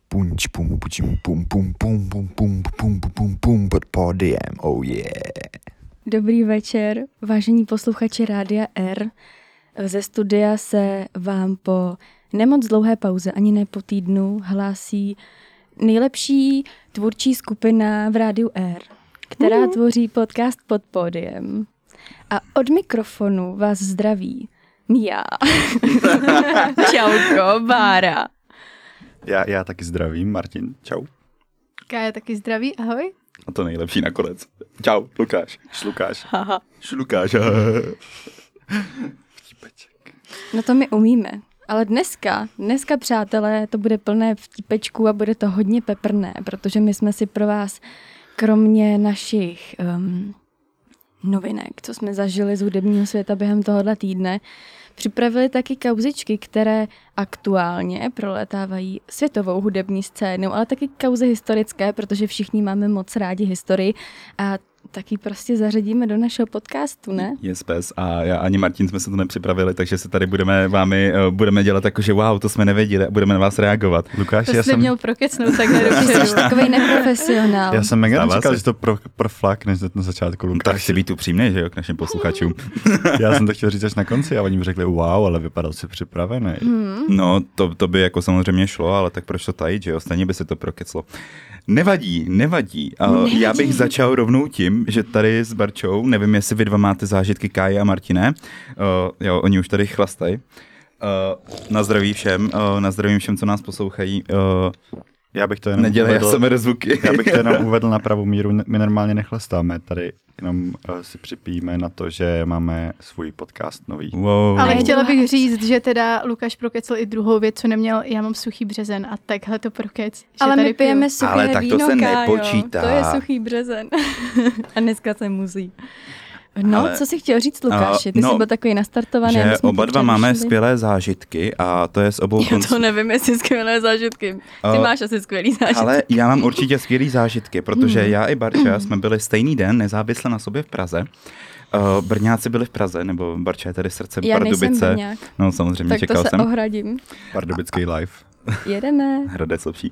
punč, pum, pučim, pum, pum, pum, pum, pum, pum, pum, pum, pod pódiem, oh yeah. Dobrý večer, vážení posluchači Rádia R. Ze studia se vám po nemoc dlouhé pauze, ani ne po týdnu, hlásí nejlepší tvůrčí skupina v Rádiu R, která tvoří podcast Pod pódiem. A od mikrofonu vás zdraví Mia. Čauko, Bára. Já taky zdravím, Martin. Čau. Kája taky zdraví, ahoj. A to nejlepší nakonec. Čau, Lukáš. Šlukáš. Haha. Šlukáš. Vtípeček. No to my umíme. Ale dneska, přátelé, to bude plné vtípečků a bude to hodně peprné, protože my jsme si pro vás, kromě našich novinek, co jsme zažili z hudebního světa během tohohle týdne, připravili taky kauzičky, které aktuálně prolétávají světovou hudební scénu, ale taky kauzy historické, protože všichni máme moc rádi historii a taky prostě zařadíme do našeho podcastu, ne? Yes, pes. A já ani Martin jsme se to nepřipravili, takže se tady budeme dělat jako, že wow, to jsme nevěděli a budeme na vás reagovat. Lukáš, To jsi měl prokecnout takhle dopředu. Jsi takovej neprofesionál. Já jsem mega Stává nečekal, se. že to proflakne na začátku, Tak Lukáš. chci být upřímný, že jo, k našim posluchačům. Já jsem to chtěl říct až na konci a oni mi řekli, wow, ale vypadal jsi připravený. No, to by jako samozřejmě šlo, ale tak proč to tajit, že jo, stejně by se to prokeclo. Nevadí. Já bych začal rovnou tím, že tady s Barčou, nevím, jestli vy dva máte zážitky, Káji a Martine, jo, oni už tady chlastají. Na zdraví všem, co nás poslouchají. Já bych to jenom Nedělej ASMR zvuky. Já bych to jenom uvedl na pravou míru. My normálně nechlastáme, tady jenom si připijíme na to, že máme svůj podcast nový. Wow. Ale Ne, chtěla druhá- bych říct, že teda Lukáš prokecl i druhou věc, co neměl, já mám suchý březen a takhle to prokec. Ale že tady my pijeme piju. suché Ale tak to víno, se Kájo. nepočítá. To je suchý březen. A dneska se musí. No, Ale- co jsi chtěl říct, Lukáši? Ty jsi byl takový nastartovaný. my Že jsme oba to dva máme přerušili. skvělé zážitky a to je z obou Já to nevím, jestli skvělé zážitky. Ty máš asi skvělý zážitky. Ale já mám určitě skvělý zážitky, protože já i Barča jsme byli stejný den nezávisle na sobě v Praze. Brňáci byli v Praze, nebo Barča je tady srdcem Já nejsem Pardubice. Brňák. No samozřejmě, Tak to čekal se jsem. ohradím. Pardubický live. Jedeme. Hradec lepší.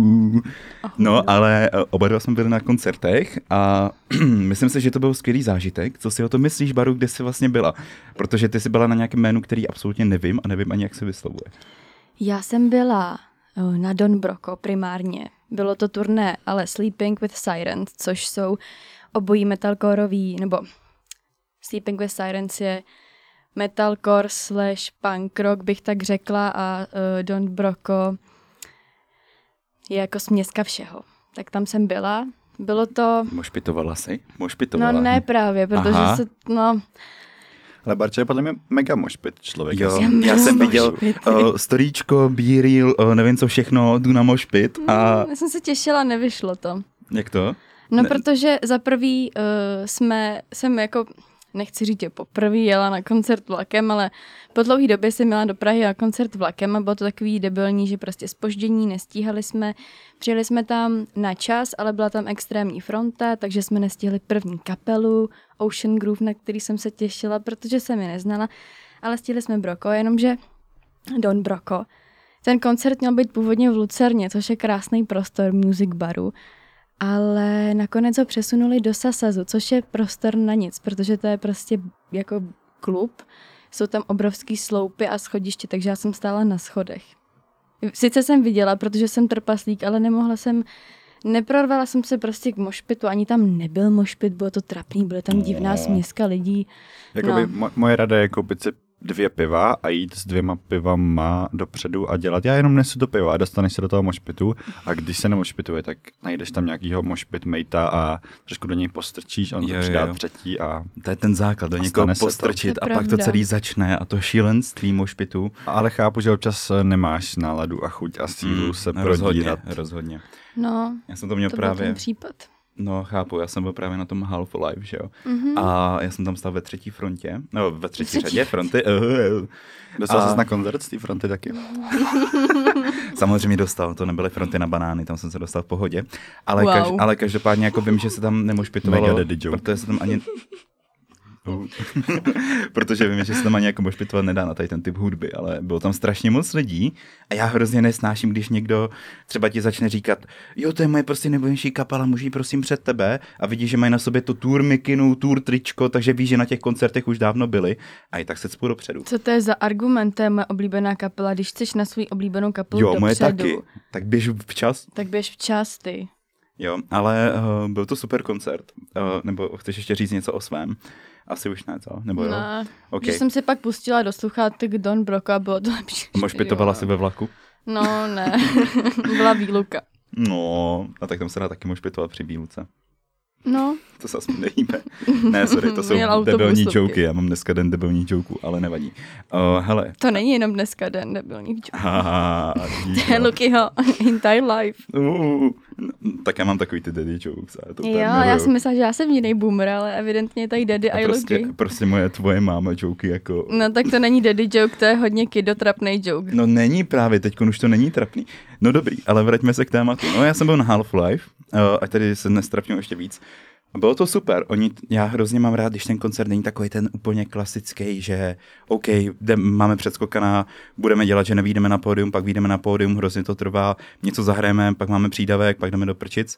No, ale oba dva jsme byli na koncertech a myslím si, že to byl skvělý zážitek. Co si o tom myslíš, Baru, kde jsi vlastně byla? Protože ty jsi byla na nějakém jménu, který absolutně nevím a nevím ani, jak se vyslovuje. Já jsem byla na Don Broco primárně. Bylo to turné, ale Sleeping with Sirens, což jsou obojí metalcoreový, nebo Sleeping with Sirens je metalcore / punk rock, bych tak řekla, a Don Broco je jako směska všeho. Tak tam jsem byla. Bylo to... Mošpitovala jsi? Mošpitovala. No ne právě, protože Aha. se... No, Ale Barča je podle mě mega mošpit člověk. Jo, Jsem já jsem viděl mošpit. storíčko, B-reel, nevím co všechno, jdu na mošpit a já jsem se těšila, nevyšlo to. jak to? No, Ne- protože za prvý jsem jako, nechci říct, že poprvé jela na koncert vlakem, ale po dlouhé době jsem jela do Prahy na koncert vlakem a bylo to takový debilní, že prostě zpoždění, nestíhali jsme, přijeli jsme tam na čas, ale byla tam extrémní fronta, takže jsme nestihli první kapelu Ocean Groove, na který jsem se těšila, protože jsem je neznala, ale stihli jsme Broco, jenomže Don Broco. Ten koncert měl být původně v Lucerně, což je krásný prostor music baru, ale nakonec ho přesunuli do Sasazu, což je prostor na nic, protože to je prostě jako klub. Jsou tam obrovský sloupy a schodiště, takže já jsem stála na schodech. Sice jsem viděla, protože jsem trpaslík, ale neprorvala jsem se prostě k mošpitu, ani tam nebyl mošpit, bylo to trapný, byly tam divná směska lidí. Jakoby No. moje rada je koupit si 2 piva a jít s 2 pivama dopředu a dělat. Já jenom nesu to pivo a dostaneš se do toho mošpitu a když se nemošpituje, tak najdeš tam nějakýho mošpitmejta a trošku do něj postrčíš, on to přidá třetí a... To je ten základ, do někoho Stane se to. postrčit To je a pak to pravda. celý začne a to šílenství mošpitu. Ale chápu, že občas nemáš náladu a chuť a sílu se prodírat. Rozhodně. No, Já jsem to měl to byl právě... ten případ. No, chápu, já jsem byl právě na tom Half-Life, že jo. A já jsem tam stál ve třetí frontě, no ve třetí řadě fronty. Dostal ses na koncert z té fronty taky. Samozřejmě dostal, to nebyly fronty na banány, tam jsem se dostal v pohodě. Ale, Wow. ale každopádně jako vím, že se tam nemošpitovalo, Mega daddy joke. protože se tam ani... Protože vím, že se tam ani jako mošpitovat nedá na tady ten typ hudby, ale bylo tam strašně moc lidí a já hrozně nesnáším, když někdo třeba ti začne říkat, jo, to je moje prostě nejoblíbenější kapela, můžu jít prosím před tebe a vidíš, že mají na sobě to tour mikinu, tour tričko, takže víš, že na těch koncertech už dávno byli a i tak se cpu dopředu. Co to je za argument, to je moje oblíbená kapela, když chceš na svou oblíbenou kapelu Jo, dopředu. moje taky, tak běž včas. Tak běž včas ty. Jo, ale byl to super koncert. Nebo chceš ještě říct něco o svém? Asi už ne, co? Nebo jo? Ne, Okay. že jsem si pak pustila do sluchátek Don Broka, bylo to lepší. Mošpitovala si ve vlaku? No, ne, byla výluka. No, a tak tam se dá taky mošpitovat při výluce. No. To se aspoň nejíme. Ne, sorry, to jsou Měl debilní autobus, joky, já mám dneska den debilní joku, ale nevadí. Hele. To není jenom dneska den debilní joke. To je Jo. Lukyho entire life. Tak já mám takový ty daddy jokes. A to Jo, já si myslela, že já jsem jiný boomer, ale evidentně je tady daddy a Luky. prostě tvoje máma joky jako... No tak to není daddy joke, to je hodně kidotrapnej joke. No není právě, teď už to není trapný. No dobrý, ale vraťme se k tématu. No já jsem byl na Half-Life, a tady se nestrapňuji ještě víc. Bylo to super. Já hrozně mám rád, když ten koncert není takový ten úplně klasický, že OK, máme předskokaná, budeme dělat, že nevyjdeme na pódium, pak vyjdeme na pódium, hrozně to trvá, něco zahrajeme, pak máme přídavek, pak jdeme do prčic.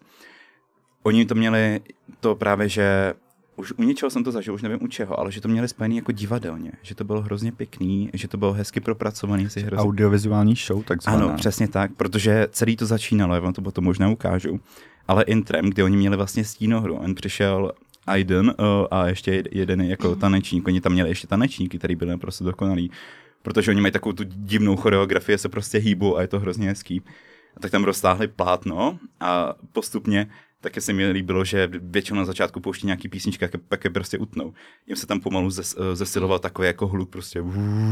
Oni to měli to právě, že už u něčeho jsem to zažil, už nevím u čeho, ale že to měli spojený jako divadelně, že to bylo hrozně pěkný, že to bylo hezky propracovaný. Audiovizuální show, takzvaná. Ano, přesně tak, protože celý to začínalo, já vám to potom možná ukážu, ale intrem, kde oni měli vlastně stínohru. On přišel Aiden a ještě jeden jako tanečník, oni tam měli ještě tanečníky, který byli prostě dokonalý, protože oni mají takovou tu divnou choreografii, se prostě hýbou a je to hrozně hezký. A tak tam roztáhli plátno a postupně taky se mi líbilo, že většinou na začátku pouští nějaký písnička, pak je prostě utnou. Jim se tam pomalu zesiloval takový jako hluk prostě.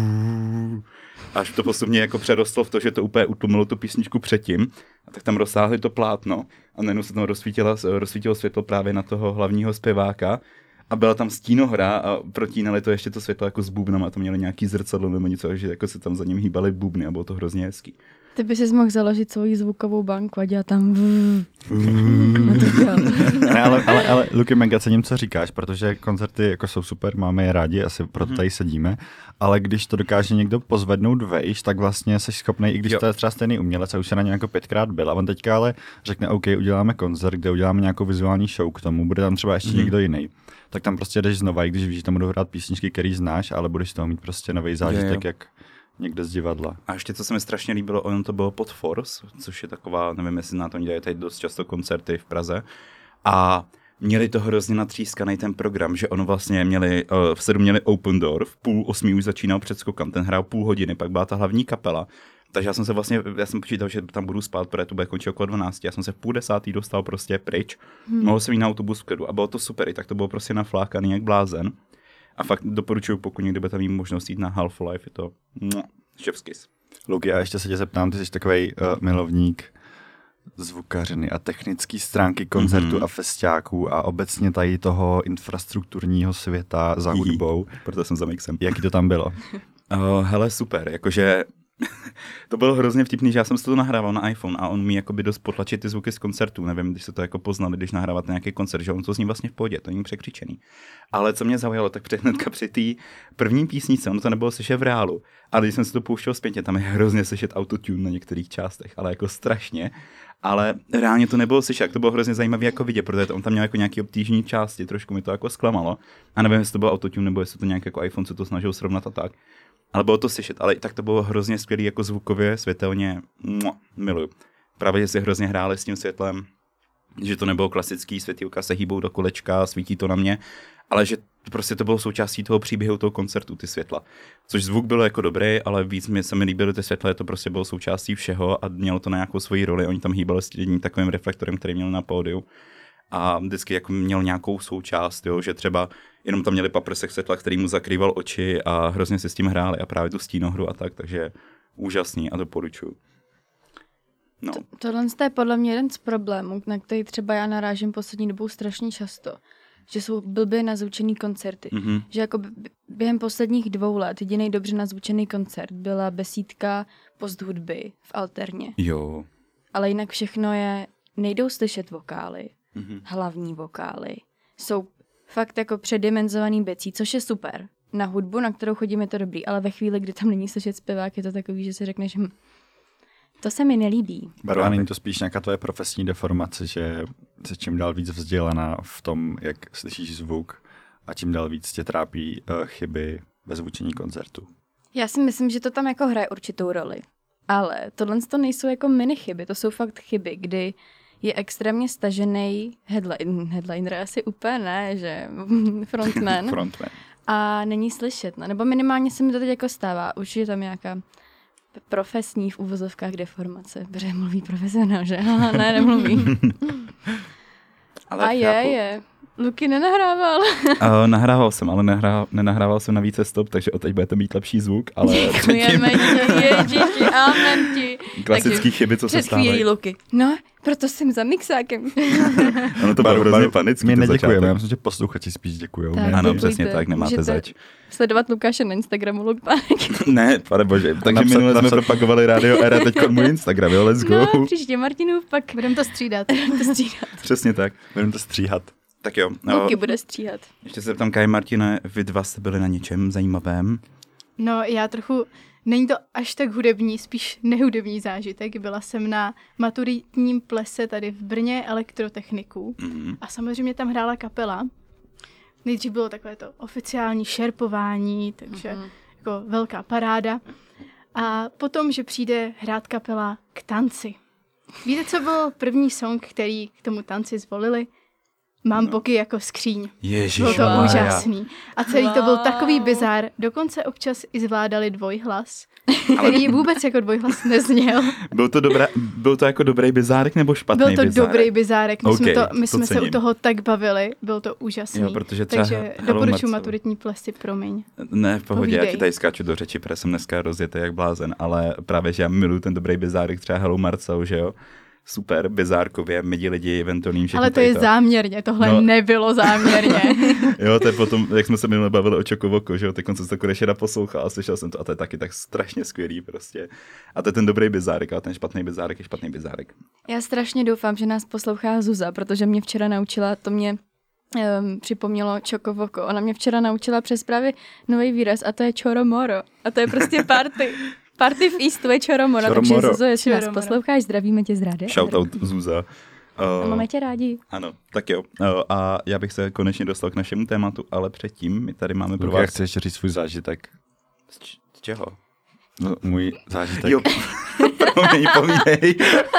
Až to postupně jako přerostlo v to, že to úplně utlumilo tu písničku předtím. A tak tam rozsáhli to plátno a najednou se tam rozsvítilo světlo právě na toho hlavního zpěváka. A byla tam stínohra a protínali to ještě to světlo jako s bubnama a to měli nějaký zrcadlo nebo něco, že jako se tam za ním hýbaly bubny a bylo to hrozně hezký. Ty by si mohl založit svoji zvukovou banku a dělat tam Ne, ale Luky, mega cením, co říkáš, protože koncerty jako jsou super, máme je rádi, asi proto tady sedíme, ale když to dokáže někdo pozvednout vejš, tak vlastně jsi schopný, i když to je třeba stejný umělec a už se na něj jako 5krát byl, a on teďka ale řekne, OK, uděláme koncert, kde uděláme nějakou vizuální show k tomu, bude tam třeba ještě někdo jiný. Tak tam prostě jdeš znova, i když víš, že tam budou hrát písničky, který znáš, ale budeš toho mít prostě nový zážitek, jak někde z divadla. A ještě, co se mi strašně líbilo, ono to bylo pod Force, což je taková, nevím, jestli na tom dělají tady dost často koncerty v Praze. A měli to hrozně natřískaný ten program, že ono vlastně v 7 měli Open Door, v 7:30 už začínal předskokam, ten hrál půl hodiny, pak byla ta hlavní kapela. Takže já jsem počítal, že tam budu spát, protože to bude končit okolo 12. Já jsem se v 9:30 dostal prostě pryč, mohl jsem jít na autobus v klidu a bylo to super, i tak to bylo prostě naflákaný jak blázen. A fakt doporučuji, pokud někdo by tam mít možnost jít na Half-Life, je to šefskys. Luky, já ještě se tě zeptám, ty jsi takovej milovník zvukařiny a technické stránky koncertu a festiáků a obecně tady toho infrastrukturního světa za hudbou. Proto jsem za mixem. Jaký to tam bylo? Hele, super, jakože to bylo hrozně vtipný, že já jsem si to nahrával na iPhone a on umí jakoby dost potlačit ty zvuky z koncertů. Nevím, když se to jako poznali, když nahráváte nějaký koncert, že on to zní vlastně v pohodě, to není překřičený. Ale co mě zaujalo, tak hnedka při té první písničce, ono to nebylo slyšet v reálu, ale když jsem si to pouštěl zpětně, tam je hrozně slyšet autotune na některých částech, ale jako strašně. Ale reálně to nebylo slyšet, to bylo hrozně zajímavé jako vidět, protože on tam měl jako nějaký obtížné části, trošku mi to jako zklamalo. A nevím, jestli to bylo autotune nebo jestli to nějak jako iPhone se to snažil srovnat a tak. Ale bylo to slyšet, ale i tak to bylo hrozně skvělý jako zvukově, světelně, miluju. Právě, že si hrozně hráli s tím světlem, že to nebylo klasický, světýlka se hýbou do kolečka, svítí to na mě, ale že prostě to bylo součástí toho příběhu toho koncertu, ty světla. Což zvuk byl jako dobrý, ale víc se mi líbily ty světla, to prostě bylo součástí všeho a mělo to na nějakou svoji roli. Oni tam hýbali s jedním takovým reflektorem, který měl na pódiu. A vždycky jako měl nějakou součást, jo, že třeba jenom tam měli paprsek světla, který mu zakrýval oči a hrozně si s tím hráli a právě tu stínohru a tak, takže úžasný a doporučuju. No. Tohle je podle mě jeden z problémů, na který třeba já narážím poslední dobou strašně často, že jsou blbě nazvučený koncerty. Že jako během posledních 2 let jediný dobře nazvučený koncert byla besídka post hudby v Alterně. Jo. Ale jinak všechno nejdou slyšet vokály, hlavní vokály, jsou fakt jako předimenzovaný bicí, což je super. Na hudbu, na kterou chodíme, to dobrý, ale ve chvíli, kdy tam není slyšet zpěvák, je to takový, že si řekneš, to se mi nelíbí. Barva, není to spíš nějaká tvoje profesní deformace, že se čím dál víc vzdělaná v tom, jak slyšíš zvuk a čím dál víc tě trápí chyby ve zvučení koncertu? Já si myslím, že to tam jako hraje určitou roli. Ale tohle to nejsou jako mini chyby, to jsou fakt chyby, kdy je extrémně stažený headliner asi úplně ne, že frontman. Frontman. A není slyšet, no. Nebo minimálně se mi to teď jako stává. Už je tam nějaká profesní v uvozovkách deformace. Protože mluví profesionál, že? Aha, ne, nemluví. Ale a je. Luky nenahrával. Nahrával jsem, ale nenahrával jsem na více stop, takže od teď budete mít lepší zvuk, ale Děkujeme ti, ježiši, amen ti. klasický chyby, co se před chvílí stávají. Luky. No, proto jsem za mixákem. Ono to bylo hrozně panický. My to neděkujeme, začátek. já myslím, že posluchači spíš děkujou. Tak. My- Ano, Děkujte. přesně tak, nemáte Můžete zač. Sledovat Lukáše na Instagramu Luk Pánek. Ne, pane bože. Takže Napsat- minule jsme napsat- propagovali Radio Era, teď můj Instagram, jo, let's go. No, příště Martinův pak Budeme to střídat. to stříhat. Přesně tak. Budeme to stříhat. Tak jo. Luky bude stříhat. Ještě se zeptám, Kaj, Martine, vy dva jste byli na něčem zajímavém? No, já trochu, není to až tak hudební, spíš nehudební zážitek. Byla jsem na maturitním plese tady v Brně elektrotechniku a samozřejmě tam hrála kapela. Nejdřív bylo takové to oficiální šerpování, takže jako velká paráda. A potom, že přijde hrát kapela k tanci. Víte, co byl první song, který k tomu tanci zvolili? Mám boky jako skříň. Ježiš, Bylo to Wow. úžasný. A celý to byl Wow. takový bizár. Dokonce občas i zvládali dvojhlas, který vůbec jako dvojhlas nezněl. Byl to jako dobrý bizárek nebo špatný Byl to bizárek? dobrý bizárek. My OK, jsme to se u cením. toho tak bavili. Bylo to úžasný. Jo, protože třeba Takže Hello doporučuji Marcel. maturitní plesy, promiň. Ne, v pohodě, já Povídej. ti tady skáču do řeči, protože jsem dneska rozjetý jak blázen, ale právě, že já miluji ten dobrý bizárek, třeba Hello Marcel, že jo? Super, bizárkově, midi lidi, Ventolín, všechno Ale to tady je záměrně, tohle No. nebylo záměrně. Jo, to je potom, jak jsme se minule bavili o Čokovoko, že jo, teď jsem se to konečně naposlouchal a slyšel jsem to a to je taky tak strašně skvělý prostě. A to je ten dobrý bizárek, ale ten špatný bizárek je špatný bizárek. Já strašně doufám, že nás poslouchá Zuza, protože mě včera naučila, to mě připomnělo Čokovoko. Ona mě včera naučila přes právě nový výraz a to je čoromoro. A to je prostě party. Party v Eastu je čoromoro. Takže Čoromoro. Zuzo, jestli nás Čoromoro. posloucháš, zdravíme tě z rádia. Shoutout Zuza. A máme tě rádi. Ano, tak jo. A já bych se konečně dostal k našemu tématu, ale předtím my tady máme pro Luka, vás... chci ještě říct svůj zážitek. Z čeho? No, můj zážitek. Jo, promiň, povídej.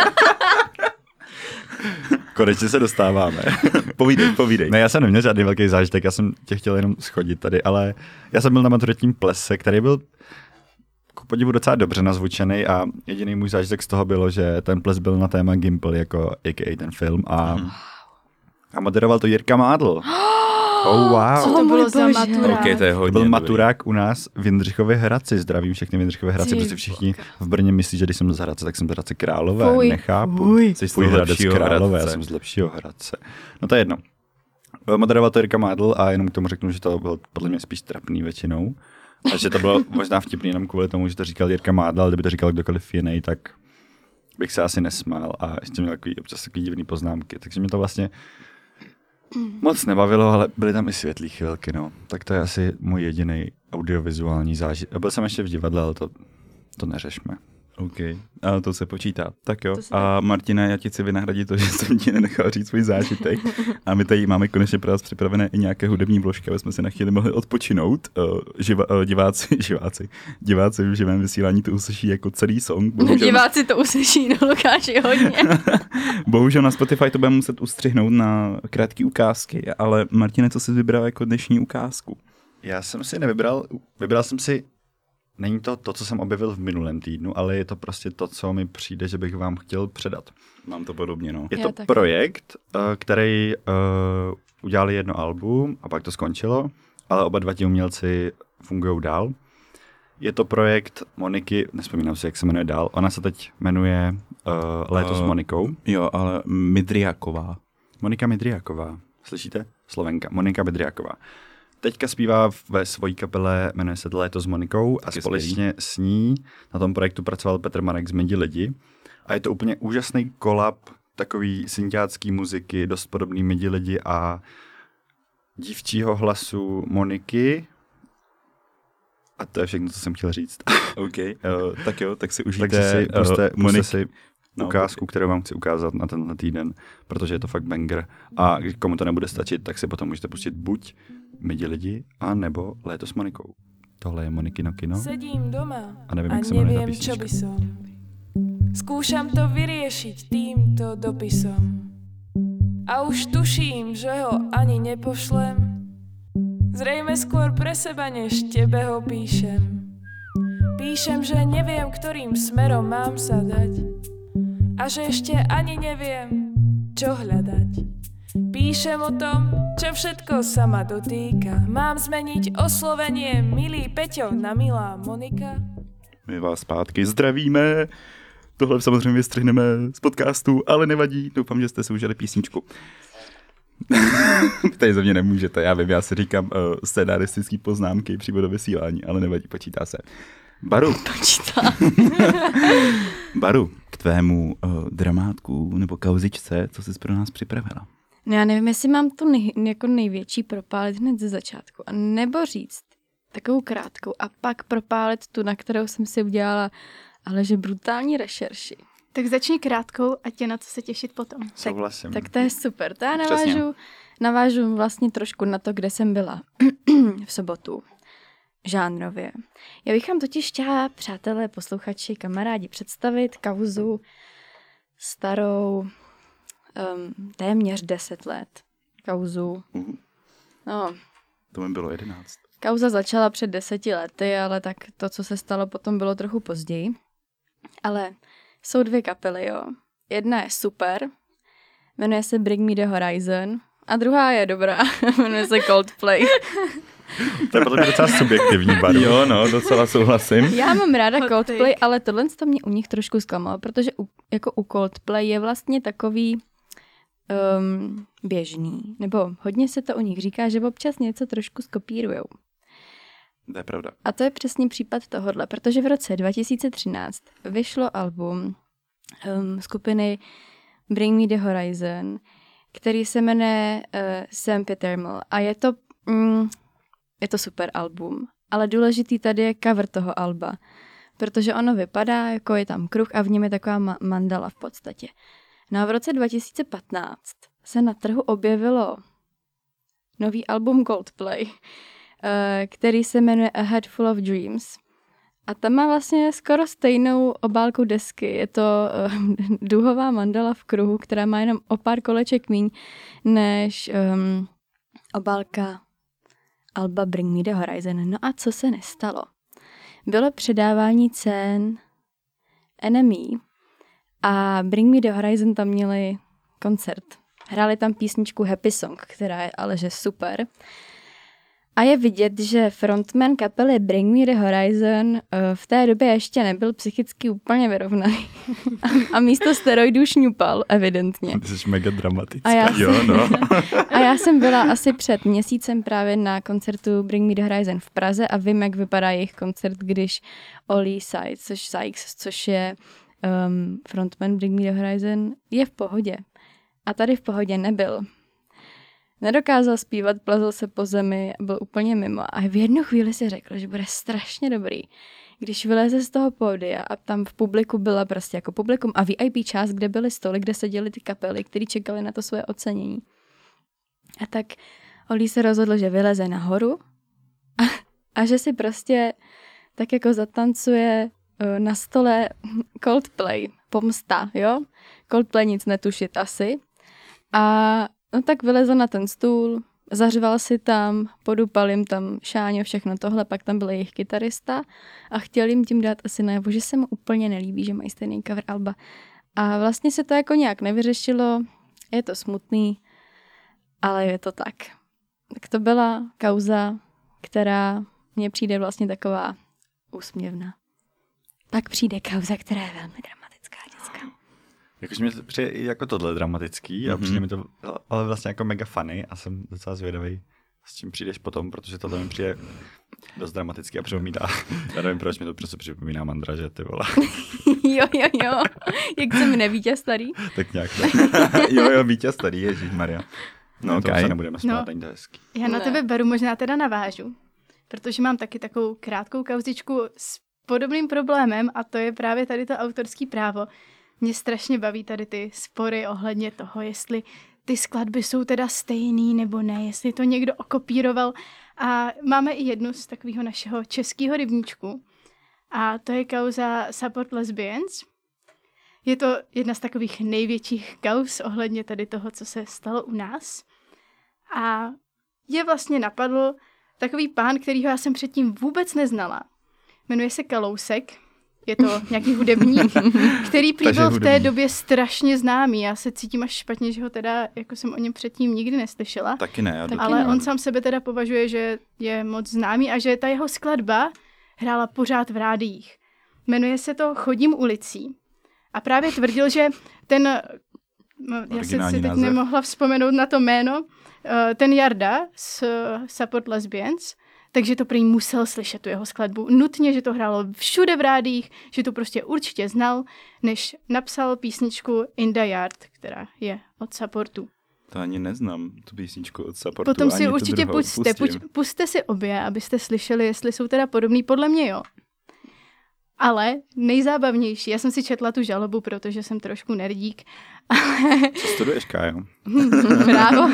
Konečně se dostáváme. Povídej. Ne, já jsem neměl žádný velký zážitek, já jsem tě chtěl jenom schodit tady, ale já jsem byl na maturitním plese, který byl ku podivu docela dobře nazvučený a jediný můj zážitek z toho bylo, že ten ples byl na téma Gimple, jako a.k.a. ten film a moderoval to Jirka Mádl. Oh, wow. Co to můj bylo za bože. maturák? OK, to je To hodně byl dobrý. maturák u nás v Jindřichově Hradci. Zdravím všechny v Jindřichově Hradci, Ty protože všichni v Brně myslí, že když jsem z Hradce, tak jsem z Hradce Králové. Fuj. Nechápu. Jsi z Fuj, toho Hradec lepšího Králové, já Hradce. jsem z lepšího Hradce. No to je jedno. Moderoval to Jirka Mádl a jenom k tomu řeknu, že to bylo podle mě spíš trapný většinou. A že to bylo možná vtipný jenom kvůli tomu, že to říkal Jirka Mádl, ale kdyby to říkal kdokoliv jiný, tak bych se asi nesmál a ještě měl občas takový divný poznámky. Takže mě to vlastně moc nebavilo, ale byly tam i světlý chvilky, no. Tak to je asi můj jediný audiovizuální zážitek. Byl jsem ještě v divadle, ale to neřešme. OK, ale to se počítá. Tak jo. To se A Martina, já ti chci vynahradit to, že jsem ti nenechal říct svůj zážitek. A my tady máme konečně pro vás připravené i nějaké hudební vložky, aby jsme si na chvíli mohli odpočinout. Diváci v živém vysílání to uslyší jako celý song. Diváci to uslyší, no Lukáši, hodně. Bohužel na Spotify to budeme muset ustřihnout na krátké ukázky, ale Martine, co jsi vybral jako dnešní ukázku? Já jsem si vybral jsem si, není to, co jsem objevil v minulém týdnu, ale je to prostě to, co mi přijde, že bych vám chtěl předat. Mám to podobně, no. Je Já to taky. projekt, který udělali jedno album a pak to skončilo, ale oba dva ti umělci fungují dál. Je to projekt Moniky, nespomínám si, jak se jmenuje dál, ona se teď jmenuje Léto s Monikou. Jo, ale Midriaková. Monika Midriaková, slyšíte? Slovenka, Monika Midriaková. Teďka zpívá ve svojí kapele, jmenuje se Léto s Monikou a Taky společně s ní na tom projektu pracoval Petr Marek z Midi lidi. A je to úplně úžasný kolab takový synťácký muziky, dost podobný Midi lidi a dívčího hlasu Moniky. A to je všechno, co jsem chtěl říct. OK, tak jo, tak si užijte. Takže si puste si No, ukázku, kterou vám chci ukázat na tenhle týden, protože je to fakt banger. A když komu to nebude stačit, tak si potom můžete pustit buď Midi lidi, a nebo Léto s Monikou. Tohle je Monikino kino. Sedím doma A nevím, jak se jmenuje ta neviem, čo písnička. by som. Skúšam to vyriešiť týmto dopisom. A už tuším, že ho ani nepošlem. Zrejme skôr pre seba, než tebe ho píšem. Píšem, že neviem, ktorým smerom mám sa dať. A že ešte ani neviem, čo hľadať. Píšem o tom, čo všetko sa ma dotýka. Mám zmeniť oslovenie milý Peťo na milá Monika. My vás zpátky zdravíme. Tohle samozřejmě vystřihneme z podcastu, ale nevadí. Doufám, že jste si užili písničku. Tady ze mě nemůžete, já vím, já si říkám scénaristický poznámky přímo do vysílání, ale nevadí, počítá se. Baru. Počítá. Baru, k tvému dramátku nebo kauzičce, co jsi pro nás připravila? No já nevím, jestli mám tu jako největší propálit hned ze začátku, a nebo říct takovou krátkou a pak propálit tu, na kterou jsem si udělala, ale že brutální rešerši. Tak začni krátkou a tě na co se těšit potom. Souhlasím. Tak to je super. To já Přesně. navážu vlastně trošku na to, kde jsem byla v sobotu. Žánrově. Já bych vám totiž chtěla, přátelé, posluchači, kamarádi, představit kauzu starou téměř 10 let. Kauzu. No, To mi bylo 11. kauza začala před 10 lety, ale tak to, co se stalo potom, bylo trochu později. Ale jsou dvě kapely, jo. Jedna je super, jmenuje se Bring Me The Horizon, a druhá je dobrá, jmenuje se Coldplay. To je podle mě docela subjektivní, Baru. Jo, no, docela souhlasím. Já mám ráda Hot Coldplay, take. ale tohle to mě u nich trošku zklamalo, protože jako u Coldplay je vlastně takový běžný, nebo hodně se to u nich říká, že občas něco trošku skopírujou. To je pravda. A to je přesně případ tohohle, protože v roce 2013 vyšlo album skupiny Bring Me The Horizon, který se jmenuje Sempiternal, a je to super album, ale důležitý tady je cover toho alba, protože ono vypadá, jako je tam kruh a v něm je taková mandala v podstatě. No a v roce 2015 se na trhu objevilo nový album Coldplay, který se jmenuje A Head Full of Dreams. A tam má vlastně skoro stejnou obálku desky. Je to duhová mandala v kruhu, která má jenom o pár koleček míň než obálka alba Bring Me The Horizon. No a co se nestalo? Bylo předávání cen NME a Bring Me The Horizon tam měli koncert. Hráli tam písničku Happy Song, která je ale že super. A je vidět, že frontman kapely Bring Me The Horizon v té době ještě nebyl psychicky úplně vyrovnaný. A místo steroidů šňupal, evidentně. Ty jsi mega dramatická. A já jsem byla asi před měsícem právě na koncertu Bring Me The Horizon v Praze a vím, jak vypadá jejich koncert, když Oli Sykes, což je frontman Bring Me The Horizon, je v pohodě. A tady v pohodě nebyl. Nedokázal zpívat, plazil se po zemi, byl úplně mimo. A v jednu chvíli si řekl, že bude strašně dobrý, když vyleze z toho pódia a tam v publiku byla prostě jako publikum a VIP část, kde byly stoly, kde seděly ty kapely, které čekali na to svoje ocenění. A tak Oli se rozhodl, že vyleze nahoru a že si prostě tak jako zatancuje na stole Coldplay, pomsta, jo? Coldplay nic netušit asi. A no tak vylezl na ten stůl, zařval si tam, podupal jim tam šáňo, všechno tohle, pak tam byl jejich kytarista a chtěl jim tím dát asi najevo, že se mu úplně nelíbí, že mají stejný cover alba. A vlastně se to jako nějak nevyřešilo, je to smutný, ale je to tak. Tak to byla kauza, která mně přijde vlastně taková úsměvná. Pak přijde kauza, která je velmi dramatická dneska. Jakože mě to přijde jako tohle dramatický a přijde mi to ale vlastně jako mega funny a jsem docela zvědavý, s čím přijdeš potom, protože tohle mi přijde dost dramatický a připomíná. Já nevím, proč mi to prostě připomíná Mandraže, ty vole. Jo. Jak se mi nevítěz starý. Tak nějak. Jo, vítěz tady, ježišmarja. No, To okay. se nebudeme smát, není to hezký. Já na Ne. tebe beru možná teda navážu, protože mám taky takovou krátkou kauzičku s podobným problémem a to je právě tady to autorský právo. Mě strašně baví tady ty spory ohledně toho, jestli ty skladby jsou teda stejný nebo ne, jestli to někdo okopíroval. A máme i jednu z takového našeho českého rybníčku a to je kauza Support Lesbians. Je to jedna z takových největších kauz ohledně tady toho, co se stalo u nás. A je vlastně napadl takový pán, kterýho já jsem předtím vůbec neznala. Jmenuje se Kalousek, je to nějaký hudebník, který prý byl v té době strašně známý. Já se cítím až špatně, že ho teda, jako jsem o něm předtím nikdy neslyšela. Taky ne. Já Ale on sám sebe teda považuje, že je moc známý a že ta jeho skladba hrála pořád v rádiích. Jmenuje se to Chodím ulicí. A právě tvrdil, že ten, já si teď název. nemohla vzpomenout na to jméno, ten Jarda z Support Lesbians, takže to prý musel slyšet tu jeho skladbu. Nutně, že to hrálo všude v rádiích, že to prostě určitě znal, než napsal písničku In the Yard, která je od Supportu. To ani neznám, tu písničku od Supportu. Potom si ani určitě puste si obě, abyste slyšeli, jestli jsou teda podobný. Podle mě jo. Ale nejzábavnější, já jsem si četla tu žalobu, protože jsem trošku nerdík. Co studuješ, Kájo? Bravo.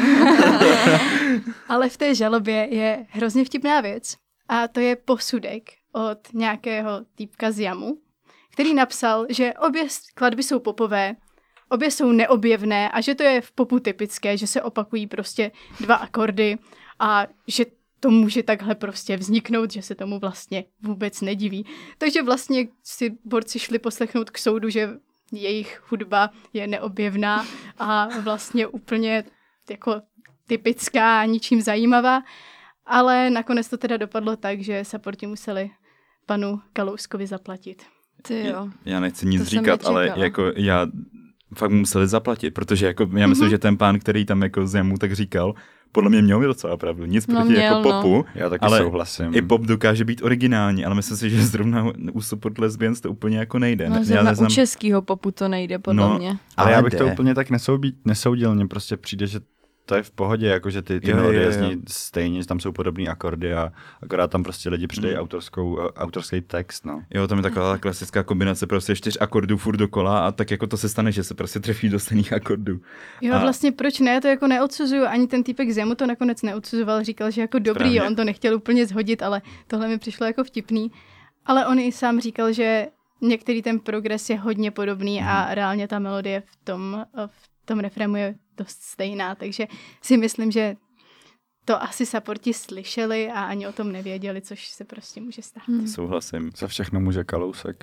Ale v té žalobě je hrozně vtipná věc. A to je posudek od nějakého týpka z Jamu, který napsal, že obě skladby jsou popové, obě jsou neobjevné a že to je v popu typické, že se opakují prostě 2 akordy a že to může takhle prostě vzniknout, že se tomu vlastně vůbec nediví. Takže vlastně si borci šli poslechnout k soudu, že jejich hudba je neobjevná a vlastně úplně jako typická, ničím zajímavá, ale nakonec to teda dopadlo tak, že supporti museli panu Kalouskovi zaplatit. Ty jo. Já nechci nic To jsem říkat, ale nečekala. jako já fakt museli zaplatit, protože jako já myslím, že ten pán, který tam jako z Jamu tak říkal, podle mě měl docela pravdu. Nic No proti měl, jako popu, Já taky ale souhlasím. i pop dokáže být originální, ale myslím si, že zrovna u Support Lesbians to úplně jako nejde. No, Já zrovna neznám... u českýho popu to nejde, podle No, mě. Ale já bych jde. to úplně tak nesoudil, mně prostě přijde, že to je v pohodě, jakože ty melodie zní stejně, že tam jsou podobné akordy a akorát tam prostě lidi přidají autorský text, no. Jo, tam je taková klasická kombinace prostě 4 akordů furt dokola a tak jako to se stane, že se prostě trefí do stejných akordů. Jo, A- vlastně proč ne, to jako neodsuzuju, ani ten týpek z Jamu to nakonec neodsuzoval, říkal, že jako dobrý, Správně. on to nechtěl úplně zhodit, ale tohle mi přišlo jako vtipný. Ale on i sám říkal, že některý ten progres je hodně podobný a reálně ta melodie v tom refrému je dost stejná, takže si myslím, že to asi supporti slyšeli a ani o tom nevěděli, což se prostě může stát. Souhlasím. Za všechno může Kalousek.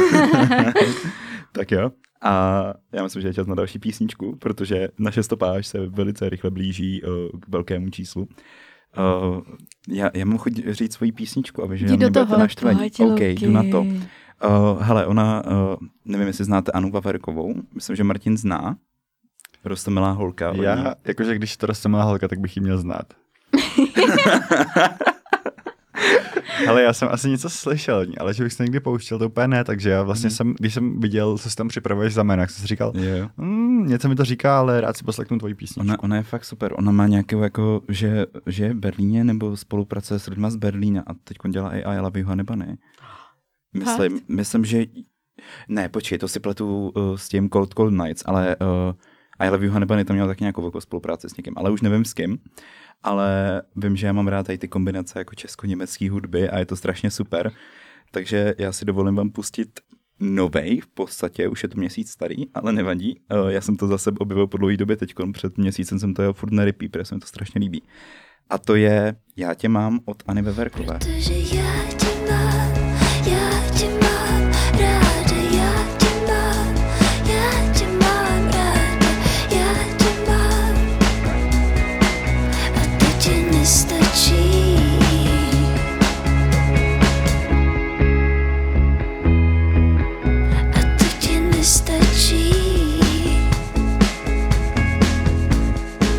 Tak jo. A já myslím, že je čas na další písničku, protože naše stopáž se velice rychle blíží k velkému číslu. Já mám chuť říct svoji písničku, aby že Jdi do nebudete toho, naštvaní. pojď, OK, Luky. jdu na to. Hele, ona, nevím, jestli znáte Anu Vaverkovou, myslím, že Martin zná. Rostomilá holka. od ní. Já, jakože když to Rostomilá holka, tak bych ji měl znát. Ale já jsem asi něco slyšel, o ní, ale že bych se někdy pouštěl, to úplně ne, takže já vlastně když jsem viděl, co si tam připravuješ za jméno, jak jsem si říkal, Jo. něco mi to říká, ale rád si poslechnu tvoji písničku. Ona je fakt super. Ona má nějakou jako, že je v Berlíně nebo spolupracuje s lidma z Berlína a teď dělá i I Love You Honey Bunny. Myslím, že... Ne, počkej, to si pletu s tím Cold Nights, ale I Love You Honey Bunny tam měl taky nějakou velkou spolupráci s někým, ale už nevím s kým. Ale vím, že já mám rád tady ty kombinace jako česko-německý hudby a je to strašně super. Takže já si dovolím vám pustit novej, v podstatě už je to měsíc starý, ale nevadí. Já jsem to zase objevil po dlouhé době teďkon, před měsícem jsem to jel furt na repeat, protože se mi to strašně líbí. A to je Já tě mám od Ani Veverkové. Protože já tě mám ráda, já tě mám ráda, já tě mám a to ti nestačí. A to ti nestačí.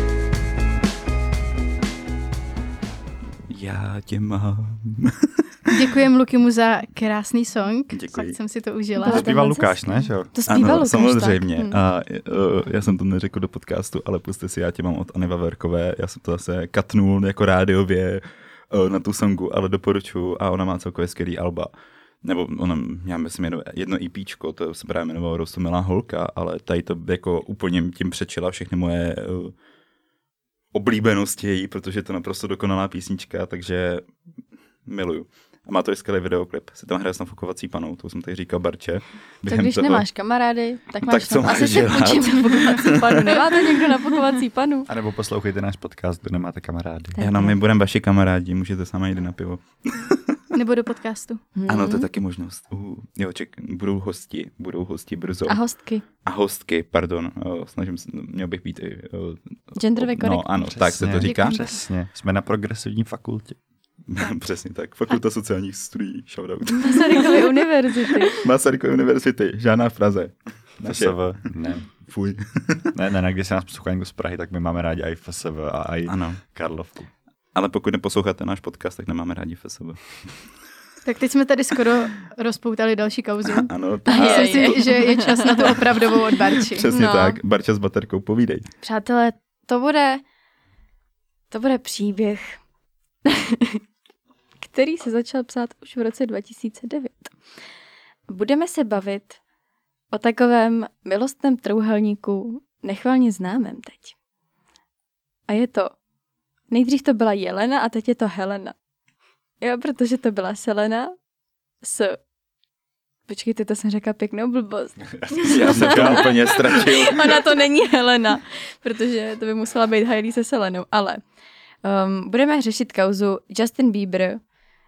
Já tě mám. Děkujem Lukimu za krásný song. Děkuji. Fakt jsem si to užila. To Zpíval moc Lukáš, hezký. ne? Že jo? To zpíval Ano, Lukáš, samozřejmě. tak. A já jsem to neřekl do podcastu, ale puste si, já tě mám od Anny Vaverkové. Já jsem to zase katnul jako rádiově na tu songu, ale doporučuji a ona má celkově skvělý alba. Nebo ona, já myslím, jedno EPčko, to se právě jmenovalo Rostomilá holka, ale tady to jako úplně tím přečila všechny moje oblíbenosti její, protože je to naprosto dokonalá písnička, takže miluju. A má to i skvělý videoklip. Se tam hraje s nafukovací panou, to jsem tady říkal Barče. Tak když nemáš kamarády, tak máš co máš asi si dělat? půjčit nafukovací panu. Nemáte někdo nafukovací panu? A nebo poslouchejte náš podcast, kdo nemáte kamarády. Ano, my budeme vaši kamarádi, můžete sama jít na pivo. Nebo do podcastu. Ano, to je taky možnost. Jo, budou hosti brzo. A hostky. A hostky, pardon, snažím se, měl bych být i... Genderově No korektní. ano, tak se to říká. Přesně, jsme na progresivní fakultě. Přesně tak, Fakulta sociálních studií, shoutout. Masarykovy univerzity. Masarykovy univerzity, žádná v Praze. Naše. FSV, ne. Fuj. Ne, když se nás poslouchá někdo z Prahy, tak my máme rádi i FSV a i Ano. Karlovku. Ale pokud neposloucháte náš podcast, tak nemáme rádi FSB. Tak teď jsme tady skoro rozpoutali další kauzu. Ano, Myslím si, že je čas na tu opravdovou od Barči. přesně No. tak. Barča s baterkou, povídej. Přátelé, to bude příběh, který se začal psát už v roce 2009. Budeme se bavit o takovém milostném trouhelníku, nechvalně známém teď. A je to, nejdřív to byla Jelena a teď je to Helena. Jo, protože to byla Selena Počkejte, to jsem řekla pěknou blbost. Já jsem to úplně ztratil. Ona to není Helena, protože to by musela být Hailey se Selenou, ale budeme řešit kauzu Justin Bieber,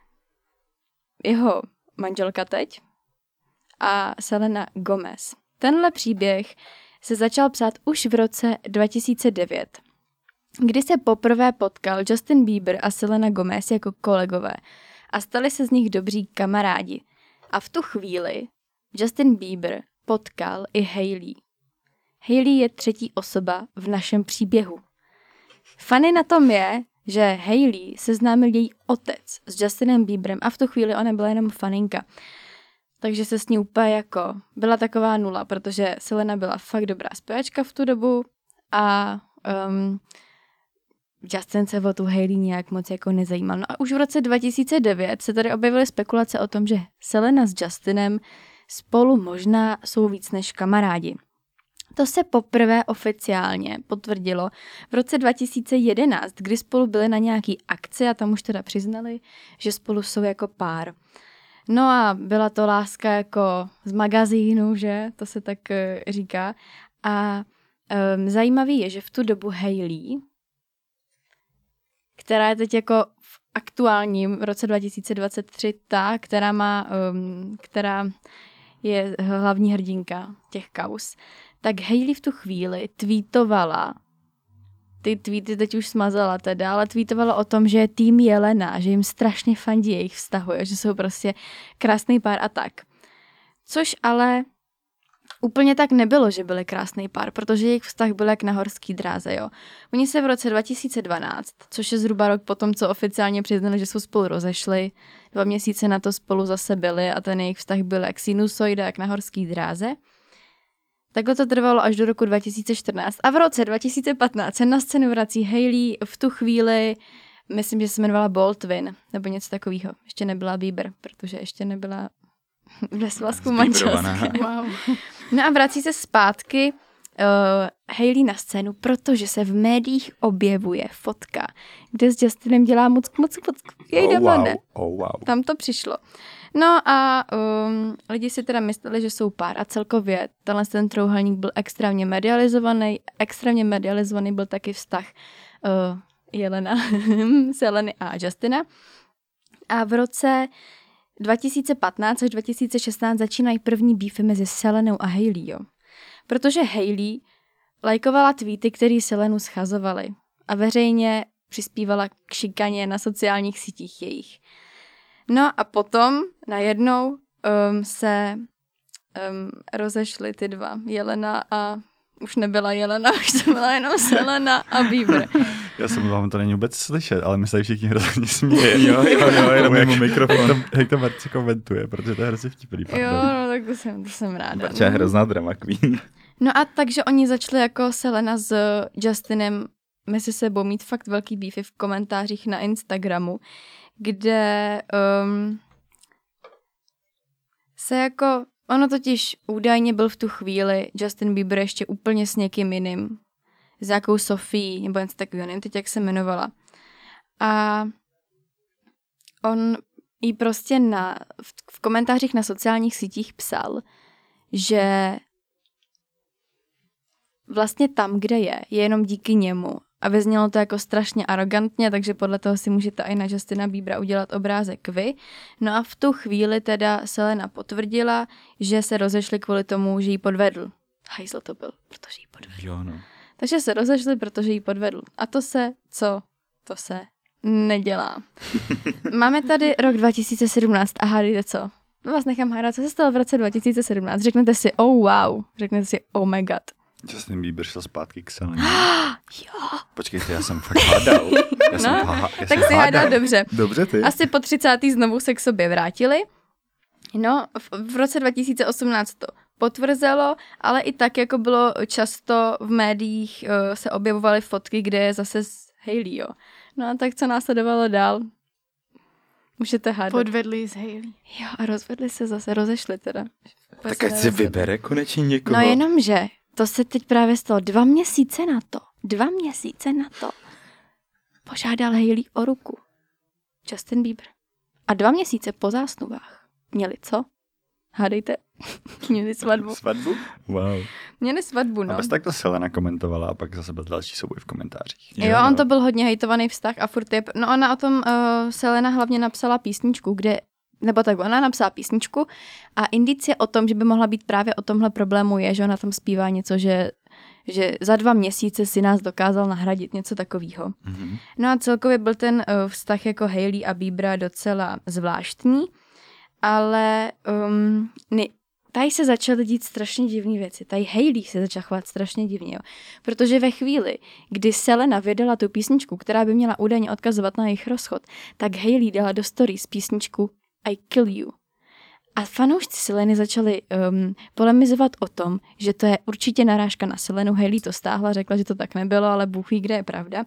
jeho manželka teď a Selena Gomez. Tenhle příběh se začal psát už v roce 2009, kdy se poprvé potkal Justin Bieber a Selena Gomez jako kolegové a stali se z nich dobří kamarádi. A v tu chvíli Justin Bieber potkal i Hailey. Hailey je třetí osoba v našem příběhu. Funny na tom je, že Hailey seznámil její otec s Justinem Bieberem a v tu chvíli ona byla jenom faninka. Takže se s ní úplně jako byla taková nula, protože Selena byla fakt dobrá zpěvačka v tu dobu a Justin se o tu Hailey nějak moc jako nezajímal. No a už v roce 2009 se tady objevily spekulace o tom, že Selena s Justinem spolu možná jsou víc než kamarádi. To se poprvé oficiálně potvrdilo v roce 2011, kdy spolu byli na nějaký akci a tam už teda přiznali, že spolu jsou jako pár. No a byla to láska jako z magazínu, že? To se tak říká. A zajímavý je, že v tu dobu Hailey, která je teď jako v aktuálním v roce 2023 ta, která je hlavní hrdinka těch kauz, tak Hailey v tu chvíli tweetovala, ty tweety teď už smazala teda, ale tweetovala o tom, že je tým Jelena, že jim strašně fandí jejich vztahu, že jsou prostě krásný pár a tak. Což ale úplně tak nebylo, že byli krásný pár, protože jejich vztah byl jak na horský dráze, jo. Oni se v roce 2012, což je zhruba rok potom, co oficiálně přiznali, že jsou spolu rozešli, 2 měsíce na to spolu zase byli a ten jejich vztah byl jak sinusoida, jak na horský dráze. Takhle to trvalo až do roku 2014 a v roce 2015 se na scénu vrací Hailey v tu chvíli, myslím, že se jmenovala Baldwin, nebo něco takového. Ještě nebyla Bieber, protože ještě nebyla ve svazku manželské. Wow. No a vrací se zpátky Hailey na scénu, protože se v médiích objevuje fotka, kde s Justinem dělá moc jej demone. Wow. Tam to přišlo. No a lidi si teda mysleli, že jsou pár a celkově ten trouhelník byl extrémně medializovaný byl taky vztah Jelena, Seleny a Justina. A v roce 2015 až 2016 začínají první beefy mezi Selenou a Hailey, jo. Protože Hailey lajkovala tweety, které Selenu schazovaly a veřejně přispívala k šikaně na sociálních sítích jejich. No a potom najednou se rozešly ty dva, Jelena a už nebyla Jelena, už to byla jenom Selena a Bieber. Já jsem vám to není vůbec slyšet, ale my se všichni hrozně směje. Jo, jenom mimo mikrofon. Jak to Marci komentuje, protože to je hrozně vtipný. Jo, no tak to jsem ráda. Barča je hrozná drama queen. No a takže oni začali jako Selena s Justinem mezi sebou mít fakt velký beefy v komentářích na Instagramu, kde se jako, ono totiž údajně byl v tu chvíli Justin Bieber ještě úplně s někým jiným, s nějakou Sophie, nebo něco takového, nevím teď, jak se jmenovala. A on jí prostě v komentářích na sociálních sítích psal, že vlastně tam, kde je jenom díky němu. A vyznělo to jako strašně arrogantně, takže podle toho si můžete i na Justina Biebera udělat obrázek vy. No a v tu chvíli teda Selena potvrdila, že se rozešli kvůli tomu, že jí podvedl. Hajzl to byl, protože jí podvedl. Jo, no. Takže se rozešli, protože jí podvedl. A to se nedělá. Máme tady rok 2017 a hádejte co? Vás nechám hádat, co se stalo v roce 2017. Řeknete si, oh wow, řeknete si, oh my god. Justin Bieber šel zpátky k Seleně. Jo. Počkejte, já jsem fakt hádal. Tak si hádal dobře. Dobře ty. Asi po 30. znovu se k sobě vrátili. No, v roce 2018 to potvrzelo, ale i tak, jako bylo často v médiích, se objevovaly fotky, kde je zase s Hailey, jo. No a tak co následovalo dál? Můžete hádat. Podvedli s Hailey. Jo, a rozvedli se zase, rozešli teda. Tak ať si vybere konečně někoho. No jenomže, to se teď právě stalo 2 měsíce na to požádal Hailey o ruku. Justin Bieber. A 2 měsíce po zásnubách měli co? Hádejte. Měli svatbu. Svatbu? Wow. Měli svatbu, no. A bez tak to Selena komentovala a pak zase byl další souboj v komentářích. Jo, on to byl hodně hejtovaný vztah a furt je... No ona o tom Selena hlavně napsala písničku, nebo tak, ona napsala písničku a indicie o tom, že by mohla být právě o tomhle problému je, že ona tam zpívá něco, že za 2 měsíce si nás dokázal nahradit, něco takového. Mm-hmm. No a celkově byl ten vztah jako Hailey a Biebera docela zvláštní, ale tady se začaly dít strašně divné věci. Tady Hailey se začala chovat strašně divně, jo. Protože ve chvíli, kdy Selena vydala tu písničku, která by měla údajně odkazovat na jejich rozchod, tak Hailey dala do stories písničku I Kill You. A fanoušci Seleny začali polemizovat o tom, že to je určitě narážka na Selenu. Hailey to stáhla, řekla, že to tak nebylo, ale Bůh ví, kde je pravda.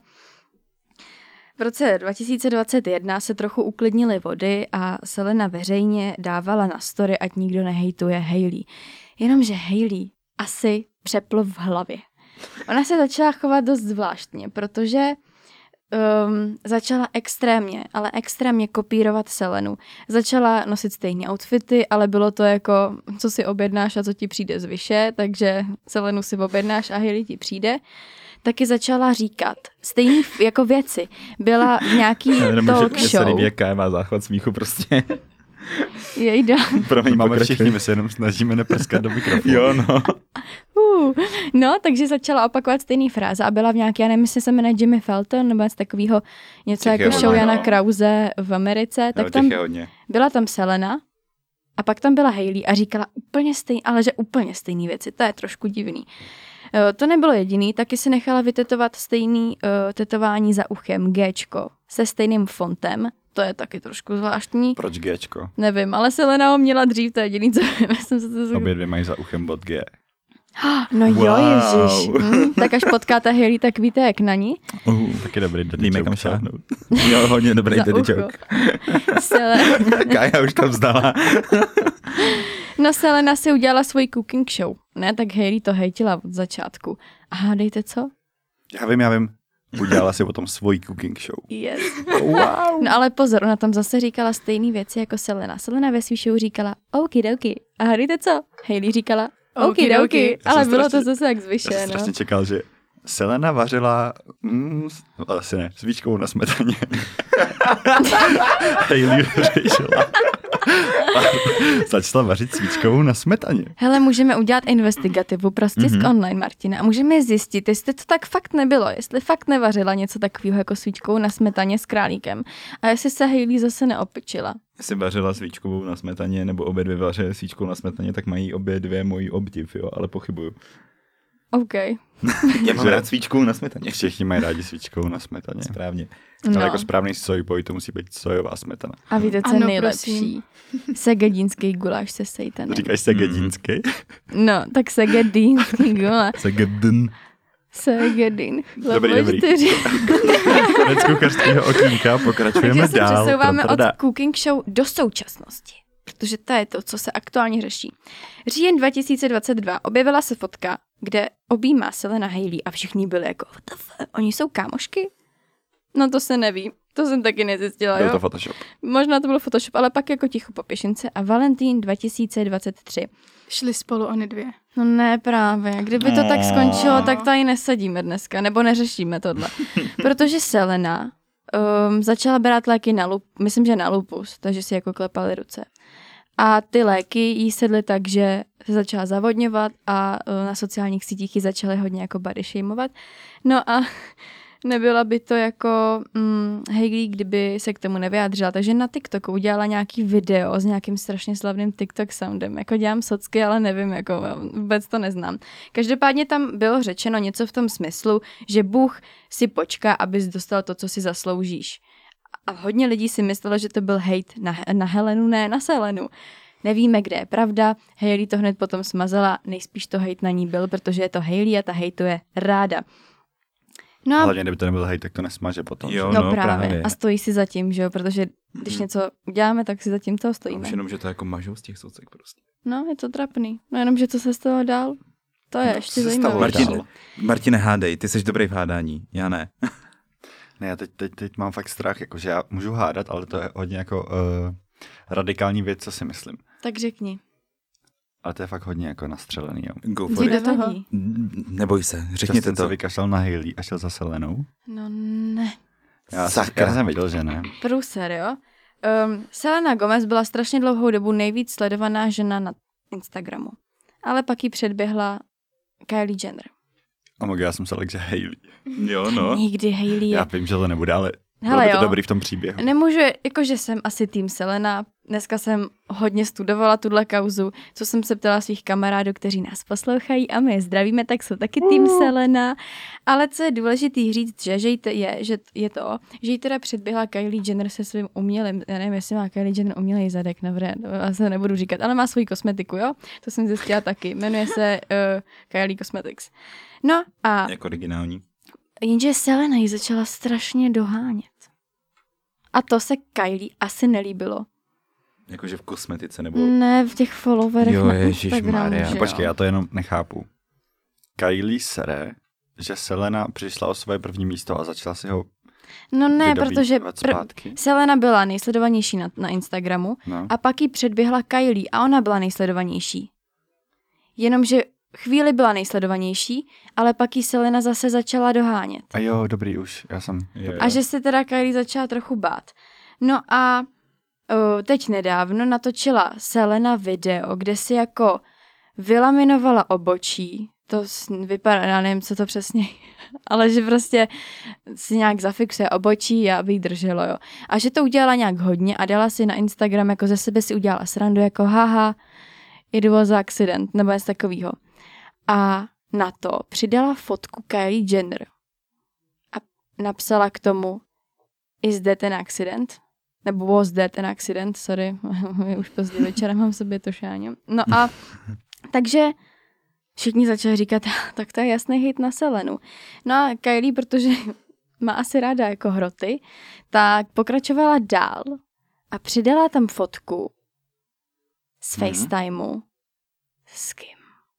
V roce 2021 se trochu uklidnily vody a Selena veřejně dávala na story, ať nikdo nehejtuje Hailey. Jenomže Hailey asi přeplo v hlavě. Ona se začala chovat dost zvláštně, protože začala extrémně kopírovat Selenu. Začala nosit stejné outfity, ale bylo to jako, co si objednáš a co ti přijde z vyše, takže Selenu si objednáš a Hailey ti přijde. Taky začala říkat stejné jako věci. Byla v nějaký talk show. Jaká má záchvat smíchu prostě. Jejda. Máme všichni, my se jenom snažíme neprskat do mikrofonu. Jo, no. No, takže začala opakovat stejný fráze a byla v nějaké, já nevím, jestli se jmenuje Jimmy Fallon nebo něco takového, něco těch jako show Jana Krause v Americe. Tak tam byla tam Selena a pak tam byla Hailey a říkala úplně stejný věci. To je trošku divný. To nebylo jediný, taky si nechala vytetovat stejný tetování za uchem, Gčko, se stejným fontem. To je taky trošku zvláštní. Proč Gčko? Nevím, ale Selena ho měla dřív, to je jediný, co vím. Obě dvě mají za uchem bod G. No wow. Jo, ježiš. Tak až potkáte Hailey, tak víte, jak na ní. Taky dobrý daddy joke. Kam šáhnout. Jo, hodně dobrý daddy joke. Kája už tam vzdala. No Selena si udělala svůj cooking show, ne? Tak Hailey to hejtila od začátku. A hádejte co? Já vím. Udělala si potom svůj cooking show. Yes. Wow. No ale pozor, ona tam zase říkala stejné věci jako Selena. Selena ve svý show říkala okidoki. A hádejte co? Hailey říkala okidoki. Ale bylo to zase jak zvyše, no. Já jsem strašně čekal, že Selena vařila asi ne, svíčkou na smetaně. Hailey řešila. Začala vařit svíčkou na smetaně. Hele, můžeme udělat investigativu pro Stisk online, Martina, a můžeme zjistit, jestli to tak fakt nebylo, jestli fakt nevařila něco takového jako svíčkou na smetaně s králíkem a jestli se Hailey zase neopičila. Jestli vařila svíčkovou na smetaně nebo obě dvě vaře svíčkou na smetaně, tak mají obě dvě mojí obdiv, jo, ale pochybuju. OK. Já mám rád svíčku na smetaně. Všichni mají rádi svíčkou na smetaně. Správně. Ale jako správný sojboj, to musí být sojová smetana. A víte, co je Ano, nejlepší? prosím. Segedínský guláš se sejtanem. Říkáš se gedínský? No, tak segedínský guláš. Segedin. Segedín. Dobrý. Konec kuchařského okýnka, pokračujeme Takže se dál. přesouváme od Tradá. cooking show do současnosti. Protože to je to, co se aktuálně řeší. Říjen 2022 objevila se fotka, kde objímá Selena Hailey a všichni byli jako, what the fuck, oni jsou kámošky? No to se neví, to jsem taky nezjistila, Byl jo. to Photoshop. Možná to byl Photoshop, ale pak jako ticho po pěšince a Valentín 2023. Šli spolu oni dvě. No ne právě, kdyby to tak skončilo, tak tady nesadíme dneska, nebo neřešíme tohle. Protože Selena začala brát léky myslím, že na lupus, takže si jako klepaly ruce. A ty léky jí sedly tak, že se začala zavodňovat a na sociálních sítích ji začaly hodně jako body shameovat. No a nebyla by to jako Hailey, kdyby se k tomu nevyjádřila. Takže na TikToku udělala nějaký video s nějakým strašně slavným TikTok soundem. Jako dělám socky, ale nevím, jako vůbec to neznám. Každopádně tam bylo řečeno něco v tom smyslu, že Bůh si počká, abys dostal to, co si zasloužíš. A hodně lidí si myslelo, že to byl hejt na Helenu, ne na Selenu. Nevíme, kde je pravda. Hailey to hned potom smazala. Nejspíš to hejt na ní byl, protože je to Hailey a ta hejtuje ráda. No a Hlavně, kdyby to nebyl hej, tak to nesmaže potom. Jo, že? no právě. A stojí si za tím, že jo, protože když něco uděláme, tak si za tím toho A stojíme. už jenom, že to jako mažou z těch socek prostě. No, je to trapný. No jenom, že co se stalo dál, to je ještě co se zajímavé. stalo? Martine, hádej, ty jsi dobrý v hádání, já ne. Ne, já teď mám fakt strach, jakože já můžu hádat, ale to je hodně jako radikální věc, co si myslím. Tak řekni. Ale to je fakt hodně jako nastřelený, jo. Go for Jdi it. do toho. Nevadí. Neboj se, Že řekněte jste to to. vykašlal na Hailey a šel za Selenou. No ne. Já Sakra. jsem viděl, že ne. Průser, jo? Selena Gomez byla strašně dlouhou dobu nejvíc sledovaná žena na Instagramu. Ale pak ji předběhla Kylie Jenner. Já jsem se že Hailey. Jo, no. Nikdy Hailey je. Já vím, že to nebude, ale bylo Hele, by to jo. dobrý v tom příběhu. Nemůžu, jakože jsem asi tým Selena. Dneska jsem hodně studovala tuhle kauzu, co jsem se ptala svých kamarádů, kteří nás poslouchají a my je zdravíme, tak jsou taky tým Selena. Ale co je důležitý říct, že je to, že jí teda předběhla Kylie Jenner se svým umělým, já nevím, jestli má Kylie Jenner umělej zadek, já se nebudu říkat, ale má svoji kosmetiku, jo? To jsem zjistila taky. Jmenuje se Kylie Cosmetics. No a Jako originální. jenže Selena ji začala strašně dohánět. A to se Kylie asi nelíbilo. Jakože v kosmetice nebo... Ne, v těch followerech Jo, na ježišmarja. Instagramu, že Počkej, jo. já to jenom nechápu. Kylie sere, že Selena přišla o svoje první místo a začala si ho No ne, vydobít protože zpátky. Selena byla nejsledovanější na Instagramu No. a pak ji předběhla Kylie a ona byla nejsledovanější. Jenomže chvíli byla nejsledovanější, ale pak ji Selena zase začala dohánět. A jo, dobrý už, já jsem... Jo. A že se teda Kylie začala trochu bát. No a teď nedávno natočila Selena video, kde si jako vylaminovala obočí. To vypadá, já nevím, co to přesně, ale že prostě si nějak zafixuje obočí a aby jí drželo, jo. A že to udělala nějak hodně a dala si na Instagram, jako ze sebe si udělala srandu, jako haha, it was accident, nebo něco takového. A na to přidala fotku Kylie Jenner a napsala k tomu is that an accident? Nebo was that an accident, sorry, už pozdě večerem mám v sobě to šáně. No a takže všichni začali říkat, tak to je jasný hejt na Selenu. No a Kylie, protože má asi ráda jako hroty, tak pokračovala dál a přidala tam fotku z FaceTimeu. S kým?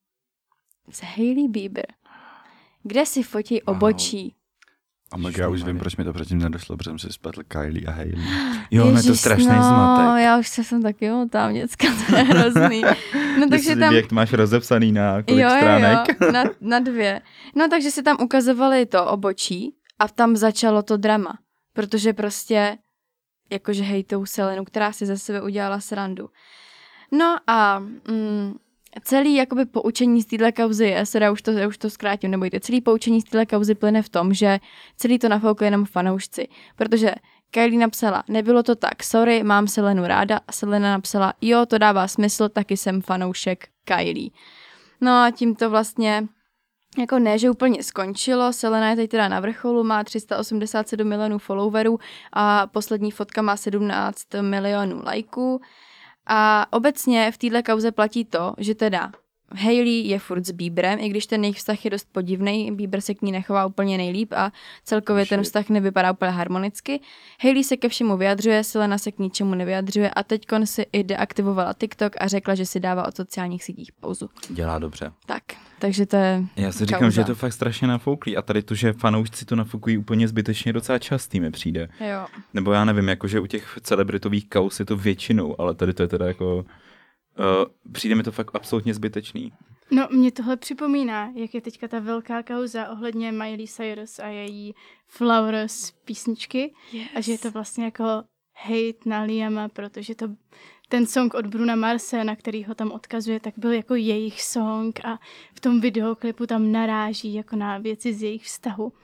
S Hailey Bieber. Kde si fotí obočí. Já už vím, proč mi to předtím nedošlo, protože jsem si spletl Kylie a Hailey. Jo, je to strašný zmatek. Já už jsem taky tam děcka, to je hrozný. No takže tam... Jak to máš rozepsaný na kolik stránek. Jo, na 2. No takže si tam ukazovali to obočí a tam začalo to drama. Protože prostě jakože hejtou Selenu, která si ze sebe udělala srandu. No a celý jakoby poučení z téhle kauzy je, já už to zkrátím, nebojte, celý poučení z téhle kauzy plyne v tom, že celý to nafoukli jenom fanoušci, protože Kylie napsala, nebylo to tak, sorry, mám Selenu ráda, a Selena napsala, jo, to dává smysl, taky jsem fanoušek Kylie. No a tím to vlastně jako ne, že úplně skončilo, Selena je teď teda na vrcholu, má 387 milionů followerů a poslední fotka má 17 milionů lajků. A obecně v této kauze platí to, že teda Hailey je furt s Bieberem, i když ten jejich vztah je dost podivný, Bieber se k ní nechová úplně nejlíp a celkově ten vztah nevypadá úplně harmonicky. Hailey se ke všemu vyjadřuje, Selena se k ničemu nevyjadřuje a teďkon si i deaktivovala TikTok a řekla, že si dává od sociálních sítích pauzu. Dělá dobře. Tak, takže to je Já si říkám, kauza. že je to fakt strašně nafouklý a tady to, že fanoušci to nafukují úplně zbytečně docela častý mi přijde. Jo. Nebo já nevím, jakože u těch celebritových kauz je to většinou, ale tady to je teda jako... přijde mi to fakt absolutně zbytečný. No, mě tohle připomíná, jak je teďka ta velká kauza ohledně Miley Cyrus a její Flowers písničky. Yes. A že je to vlastně jako hate na Liama, protože ten song od Bruna Marse, na který ho tam odkazuje, tak byl jako jejich song a v tom videoklipu tam naráží jako na věci z jejich vztahu.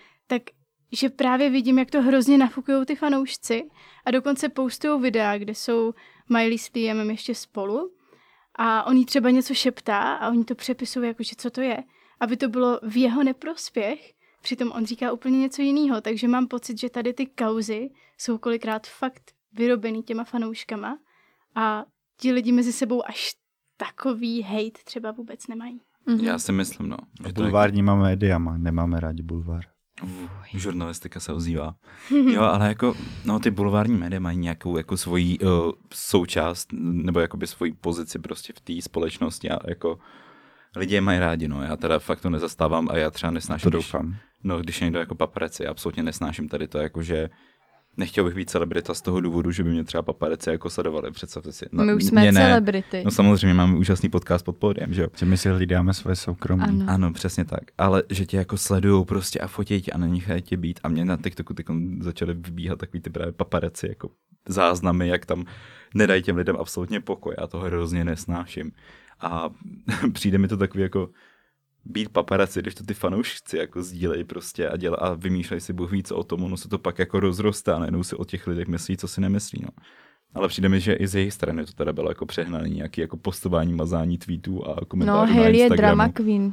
Takže právě vidím, jak to hrozně nafukujou ty fanoušci a dokonce postují videa, kde jsou Miley s Liamem ještě spolu a on jí třeba něco šeptá a oni to přepisují jako, že co to je, aby to bylo v jeho neprospěch, přitom on říká úplně něco jiného, takže mám pocit, že tady ty kauzy jsou kolikrát fakt vyrobený těma fanouškama a ti lidi mezi sebou až takový hate třeba vůbec nemají. Já si myslím, no. Že to Bulvárníma médiama, nemáme rádi bulvár. žurnalistika se ozývá. Jo, ale jako, no ty bulvární média mají nějakou jako svoji součást, nebo jakoby svoji pozici prostě v té společnosti a jako lidi je mají rádi, no. Já teda fakt to nezastávám a já třeba nesnáším. To doufám. Když někdo jako paparazzi, já absolutně nesnáším tady to, jakože nechtěl bych být celebrita z toho důvodu, že by mě třeba paparazzi jako sledovali, představte si. My už jsme celebrity. No samozřejmě máme úžasný podcast pod pódiem, že jo. Že my si hlídáme svoje soukromí. Ano, přesně tak. Ale že tě jako sledujou prostě a fotí tě a nenechají tě být. A mě na TikToku začaly vybíhat takový ty právě paparazzi jako záznamy, jak tam nedají těm lidem absolutně pokoj. Já to hrozně nesnáším. A přijde mi to takový jako být paparazzi, když to ty fanoušci jako sdílejí prostě a vymýšlejí si Bůh ví co o tom, ono se to pak jako rozroste a najednou si o těch lidech myslí, co si nemyslí, no. Ale přijde mi, že i z jejich strany to teda bylo jako přehnané, nějaký jako postování, mazání tweetů a komentářů na Hailey je Instagramu. drama queen.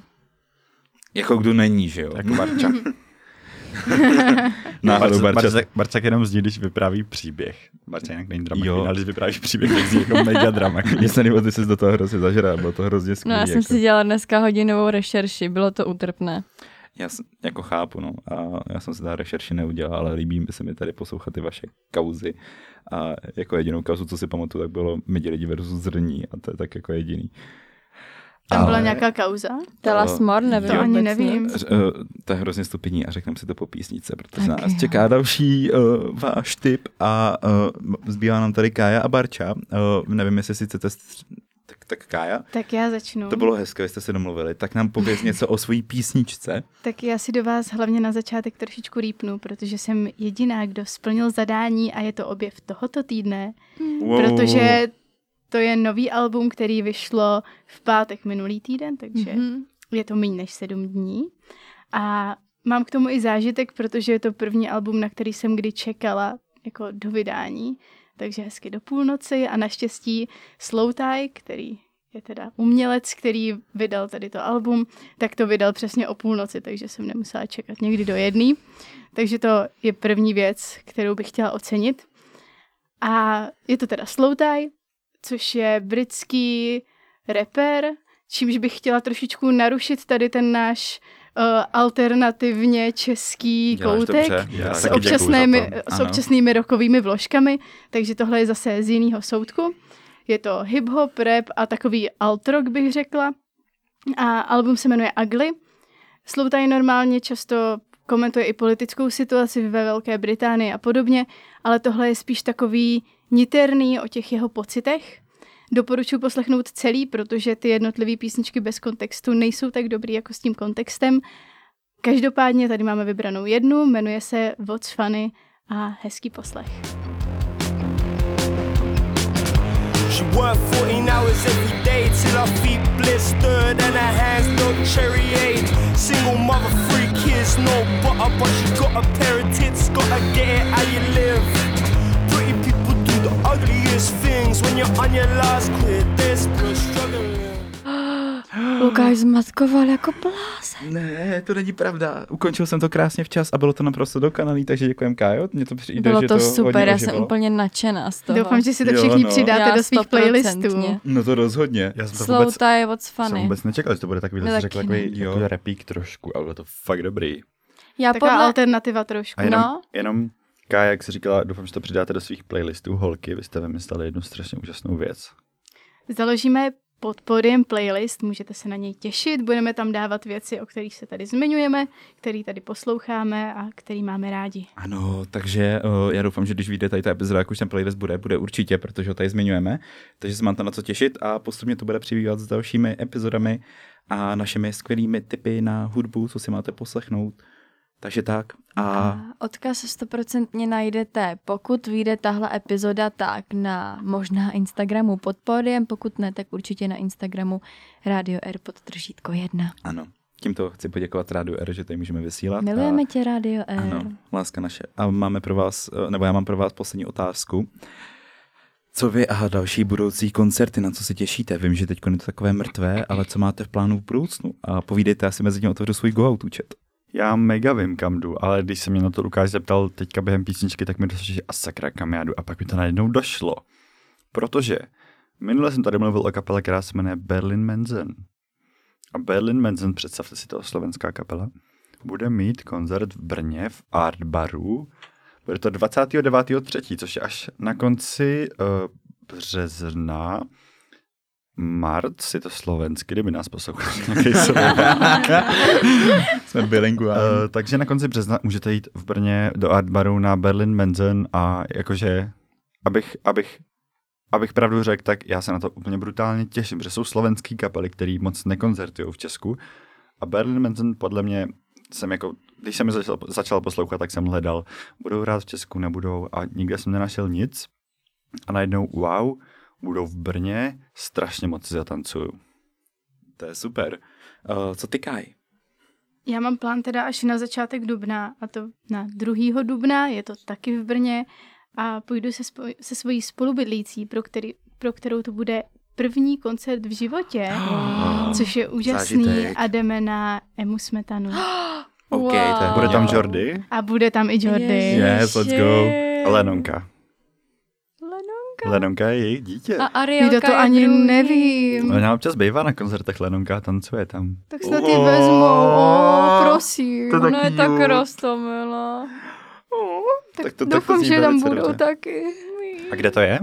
Jako kdo není, že jo? Jako Barča. Náhodou Barčak jenom zní, když vypráví příběh. Barča jinak není drama Jo. queen, ale když vyprávíš příběh, tak zní jako mega drama queen. Mně se ty jsi do toho hrozně zažral, bylo to hrozně skvělý. No já jsem jako. si dělala dneska hodinovou rešerši, bylo to útrpné. Já jako chápu, no. A já jsem se ta rešerši neudělal, ale líbí se mi tady poslouchat ty vaše kauzy. A jako jedinou kauzu, co si pamatuju, tak bylo Midi lidi versus Zrní a to je tak jako jediný. Tam byla nějaká kauza? Tell us more, nevím. To ani vůbec nevím. nic. To je hrozně stupidní a řekneme si to po písničce, protože nás čeká další váš tip a zbývá nám tady Kája a Barča. Nevím, jestli si chcete tak Kája. Tak já začnu. To bylo hezké, vy jste se domluvili. Tak nám pověz něco o svojí písničce. Tak já si do vás hlavně na začátek trošičku rýpnu, protože jsem jediná, kdo splnil zadání a je to objev tohoto týdne, protože to je nový album, který vyšlo v pátek minulý týden, takže je to méně než 7 dní. A mám k tomu i zážitek, protože je to první album, na který jsem kdy čekala jako do vydání. Takže hezky do půlnoci a naštěstí Slowthai, který je teda umělec, který vydal tady to album, tak to vydal přesně o půlnoci, takže jsem nemusela čekat někdy do 1. Takže to je první věc, kterou bych chtěla ocenit. A je to teda Slowthai, což je britský rapper, čímž bych chtěla trošičku narušit tady ten náš alternativně český koutek s občasnými rockovými vložkami, takže tohle je zase z jiného soudku. Je to hip-hop, rap a takový alt-rock bych řekla. A album se jmenuje Ugly. Slowthai normálně často komentuje i politickou situaci ve Velké Británii a podobně, ale tohle je spíš takový niterný o těch jeho pocitech. Doporučuji poslechnout celý, protože ty jednotlivé písničky bez kontextu nejsou tak dobrý jako s tím kontextem. Každopádně tady máme vybranou jednu, jmenuje se What's Funny a hezký poslech. She worked 14 hours every day till her feet blistered and her hands no cherry aid. Single mother, 3 kids, no butter, but she got a pair of tits, gotta get it how you live. Pretty people do the ugliest things when you're on your last quid. This girl struggling. Lukáš zmatkoval jako blázen. Ne, to není pravda. Ukončil jsem to krásně včas a bylo to naprosto dokonalý, takže děkujem, Kájo. Mně to přijde, Bylo že to super, hodně já jsem oživilo. úplně nadšená z toho. Doufám, že si to Jo, všichni no. přidáte Já do svých 100%. playlistů. No to rozhodně. Já jsem to Slow Tie je moc jsem funny. vůbec nečekal, že to bude takový, No že taky řekl ne. takový jako rapík trošku, ale bylo to fakt dobrý. Já Taková podle... alternativa trošku. A No. jenom Kája, jak jsi říkala, doufám, že to přidáte do svých playlistů. Holky, vy jste vymysleli jednu strašně úžasnou věc. Založíme pod pódiem playlist, můžete se na něj těšit, budeme tam dávat věci, o kterých se tady zmiňujeme, který tady posloucháme a který máme rádi. Ano, takže já doufám, že když vyjde tady ta epizoda, jak už ten playlist bude určitě, protože ho tady zmiňujeme, takže se mám tam na co těšit a postupně to bude přibývat s dalšími epizodami a našimi skvělými tipy na hudbu, co si máte poslechnout. Takže tak. A odkaz 100% najdete, pokud vyjde tahle epizoda, tak na možná Instagramu pod pódiem, pokud ne, tak určitě na Instagramu Radio R _1. Ano, tímto chci poděkovat Rádiu R, že tady můžeme vysílat. Milujeme tě, Radio R. Ano, láska naše. A máme pro vás, nebo já mám pro vás poslední otázku. Co vy a další budoucí koncerty, na co se těšíte? Vím, že teď je to takové mrtvé, ale co máte v plánu v budoucnu? A povídejte, já si mezi tím otevřu svůj go-out účet. Já mega vím, kam jdu, ale když se mě na to Lukáš zeptal teďka během písničky, tak mi došlo, že a sakra, kam já jdu. A pak mi to najednou došlo. Protože minule jsem tady mluvil o kapele, která se jmenuje Berlin Mensen. A Berlin Mensen, představte si to, slovenská kapela, bude mít koncert v Brně v Art Baru. Bude to 29.3., což je až na konci března. Marc, je to slovensky, kdyby nás poslouchali nějaký Slovák. Jsme bilinguální. Takže na konci března můžete jít v Brně do Art Baru na Berlin Mensen a jakože, abych pravdu řekl, tak já se na to úplně brutálně těším, protože jsou slovenský kapely, který moc nekoncertují v Česku a Berlin Mensen podle mě jsem jako, když jsem je začal poslouchat, tak jsem hledal, budou hrát v Česku, nebudou a nikde jsem nenašel nic a najednou wow, budou v Brně, strašně moc si zatancuju. To je super. Co ty, Kaj? Já mám plán teda až na začátek dubna, a to na 2. dubna, je to taky v Brně a půjdu se svojí spolubydlící, pro kterou to bude první koncert v životě, což je úžasný zážitek. a jdeme na Emu Smetanu. OK, to je Bude tam hodně. Jordy A bude tam i Jordy. Yes, let's go. a Lenonka. Lenonka je jejich dítě. A Arielka Já to je ani druhý. nevím. Ona občas bývá na koncertech, Lenonka tancuje tam. Tak snad ji vezmu, prosím. Ona je tak roztomilá. Tak to Doufám, zní že tam velice budou dobře. taky. A kde to je?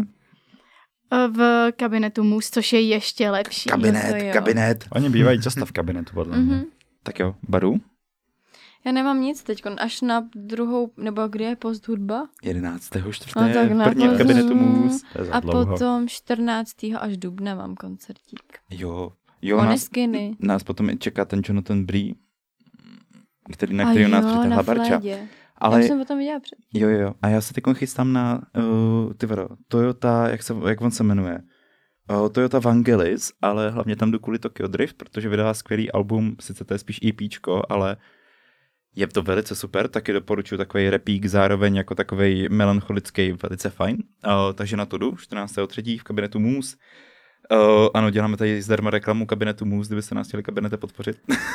V kabinetu Mus, což je ještě lepší. To jo. Kabinet. Oni bývají často v kabinetu, podle mě. Mhm. Tak jo, Baru? Já nemám nic teď, až na 2. nebo kdy je post hudba? 11.4. No tak v na Brně v pozdě. kabinetu Můz. To je za A dlouho. potom 14. až dubna mám koncertík. Jo, nás, Oneskinny. nás potom i čeká ten Jonathan Bree, na A který nás jo, přitahla na Barča. Flédě. Ale Já jsem potom viděla před. jo. A já se teď chystám na Toyota, jak on se jmenuje? Toyota Vangelis, ale hlavně tam jdu kvůli Tokyo Drift, protože vydala skvělý album, sice to je spíš EPčko, ale je to velice super, taky doporučuji takový repík, zároveň jako takovej melancholický, velice fajn. Takže na to jdu, 14.3. v kabinetu Můz. Ano, děláme tady zdarma reklamu kabinetu Můz, kdybyste nás chtěli kabinete podpořit.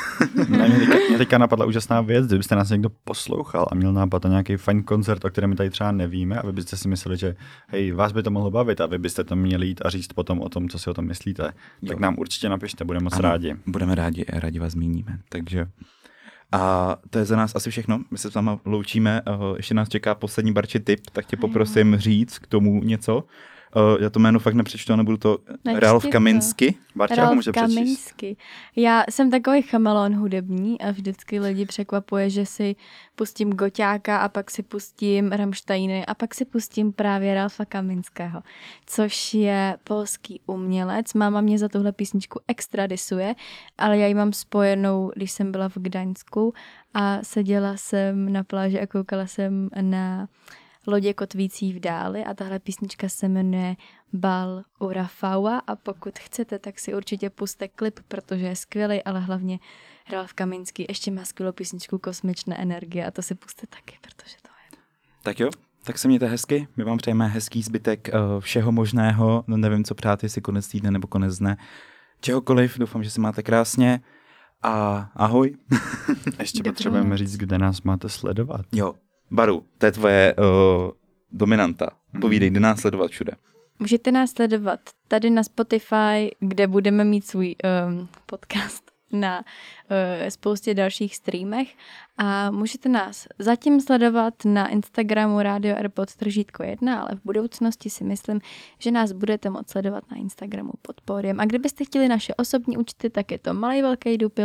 Mě teďka napadla úžasná věc, kdybyste nás někdo poslouchal a měl nápad na nějaký fajn koncert, o kterém my tady třeba nevíme, a vy byste si mysleli, že hej, vás by to mohlo bavit a vy byste tam měli jít a říct potom o tom, co si o tom myslíte, tak nám určitě napište, budeme moc rádi. Budeme rádi vás zmíníme, takže... A to je za nás asi všechno, my se s váma loučíme, ještě nás čeká poslední Barči tip, tak tě poprosím říct k tomu něco. Já to jméno fakt nepřečtu, a nebudu to Ralf Kaminsky. Barča ho může přečíst. Kaminsky. Já jsem takový chameleon hudební a vždycky lidi překvapuje, že si pustím Goťáka a pak si pustím Rammsteiny a pak si pustím právě Ralfa Kaminského, což je polský umělec. Máma mě za tuhle písničku extra disuje, ale já ji mám spojenou, když jsem byla v Gdaňsku a seděla jsem na pláži a koukala jsem na lodě kotvící v dáli a tahle písnička se jmenuje Bal u Rafaua a pokud chcete, tak si určitě puste klip, protože je skvělý, ale hlavně Ralf Kaminský ještě má skvělou písničku Kosmičné energie a to si puste taky, protože to je. Tak jo, tak se mějte hezky, my vám přejeme hezký zbytek všeho možného, no nevím, co přát, jestli konec týdne nebo konec dne. čehokoliv. Doufám, že se máte krásně a ahoj. Ještě potřebujeme říct, kde nás máte sledovat. Jo, Baru, to je tvoje dominanta. Povídej, kde nás sledovat všude. Můžete nás sledovat tady na Spotify, kde budeme mít svůj podcast na spoustě dalších streamech a můžete nás zatím sledovat na Instagramu Radio R _1, ale v budoucnosti si myslím, že nás budete moct sledovat na Instagramu pod pódiem. A kdybyste chtěli naše osobní účty, tak je to Malej velký Dupy,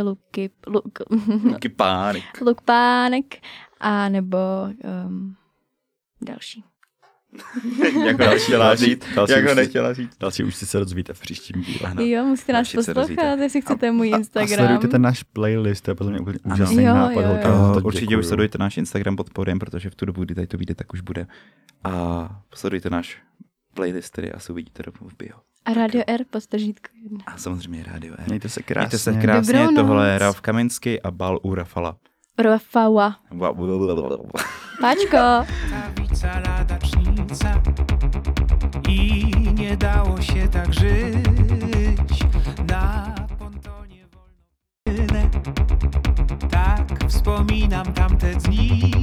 Lukpánek a nebo další. Jako nechtěla říct. Další už si se dozvíte v příštím díle. Jo, musíte nás poslouchat, jestli chcete můj Instagram. A sledujte ten náš playlist, to je podle mě úplně úžasný nápad. Určitě už sledujte náš Instagram pod pódiem, protože v tu dobu, kdy tady to vyjde, tak už bude. A sledujte náš playlist, který asi uvidíte rovnou v bio. A Radio R _1. A samozřejmě Radio R. Mějte se krásně. Mějte se krásně, tohle je Ralf Kaminsky a bal u Rafala. Rafała. Pačko. I nie dało się tak żyć na pontonie wolno. Tak wspominam tamte dni.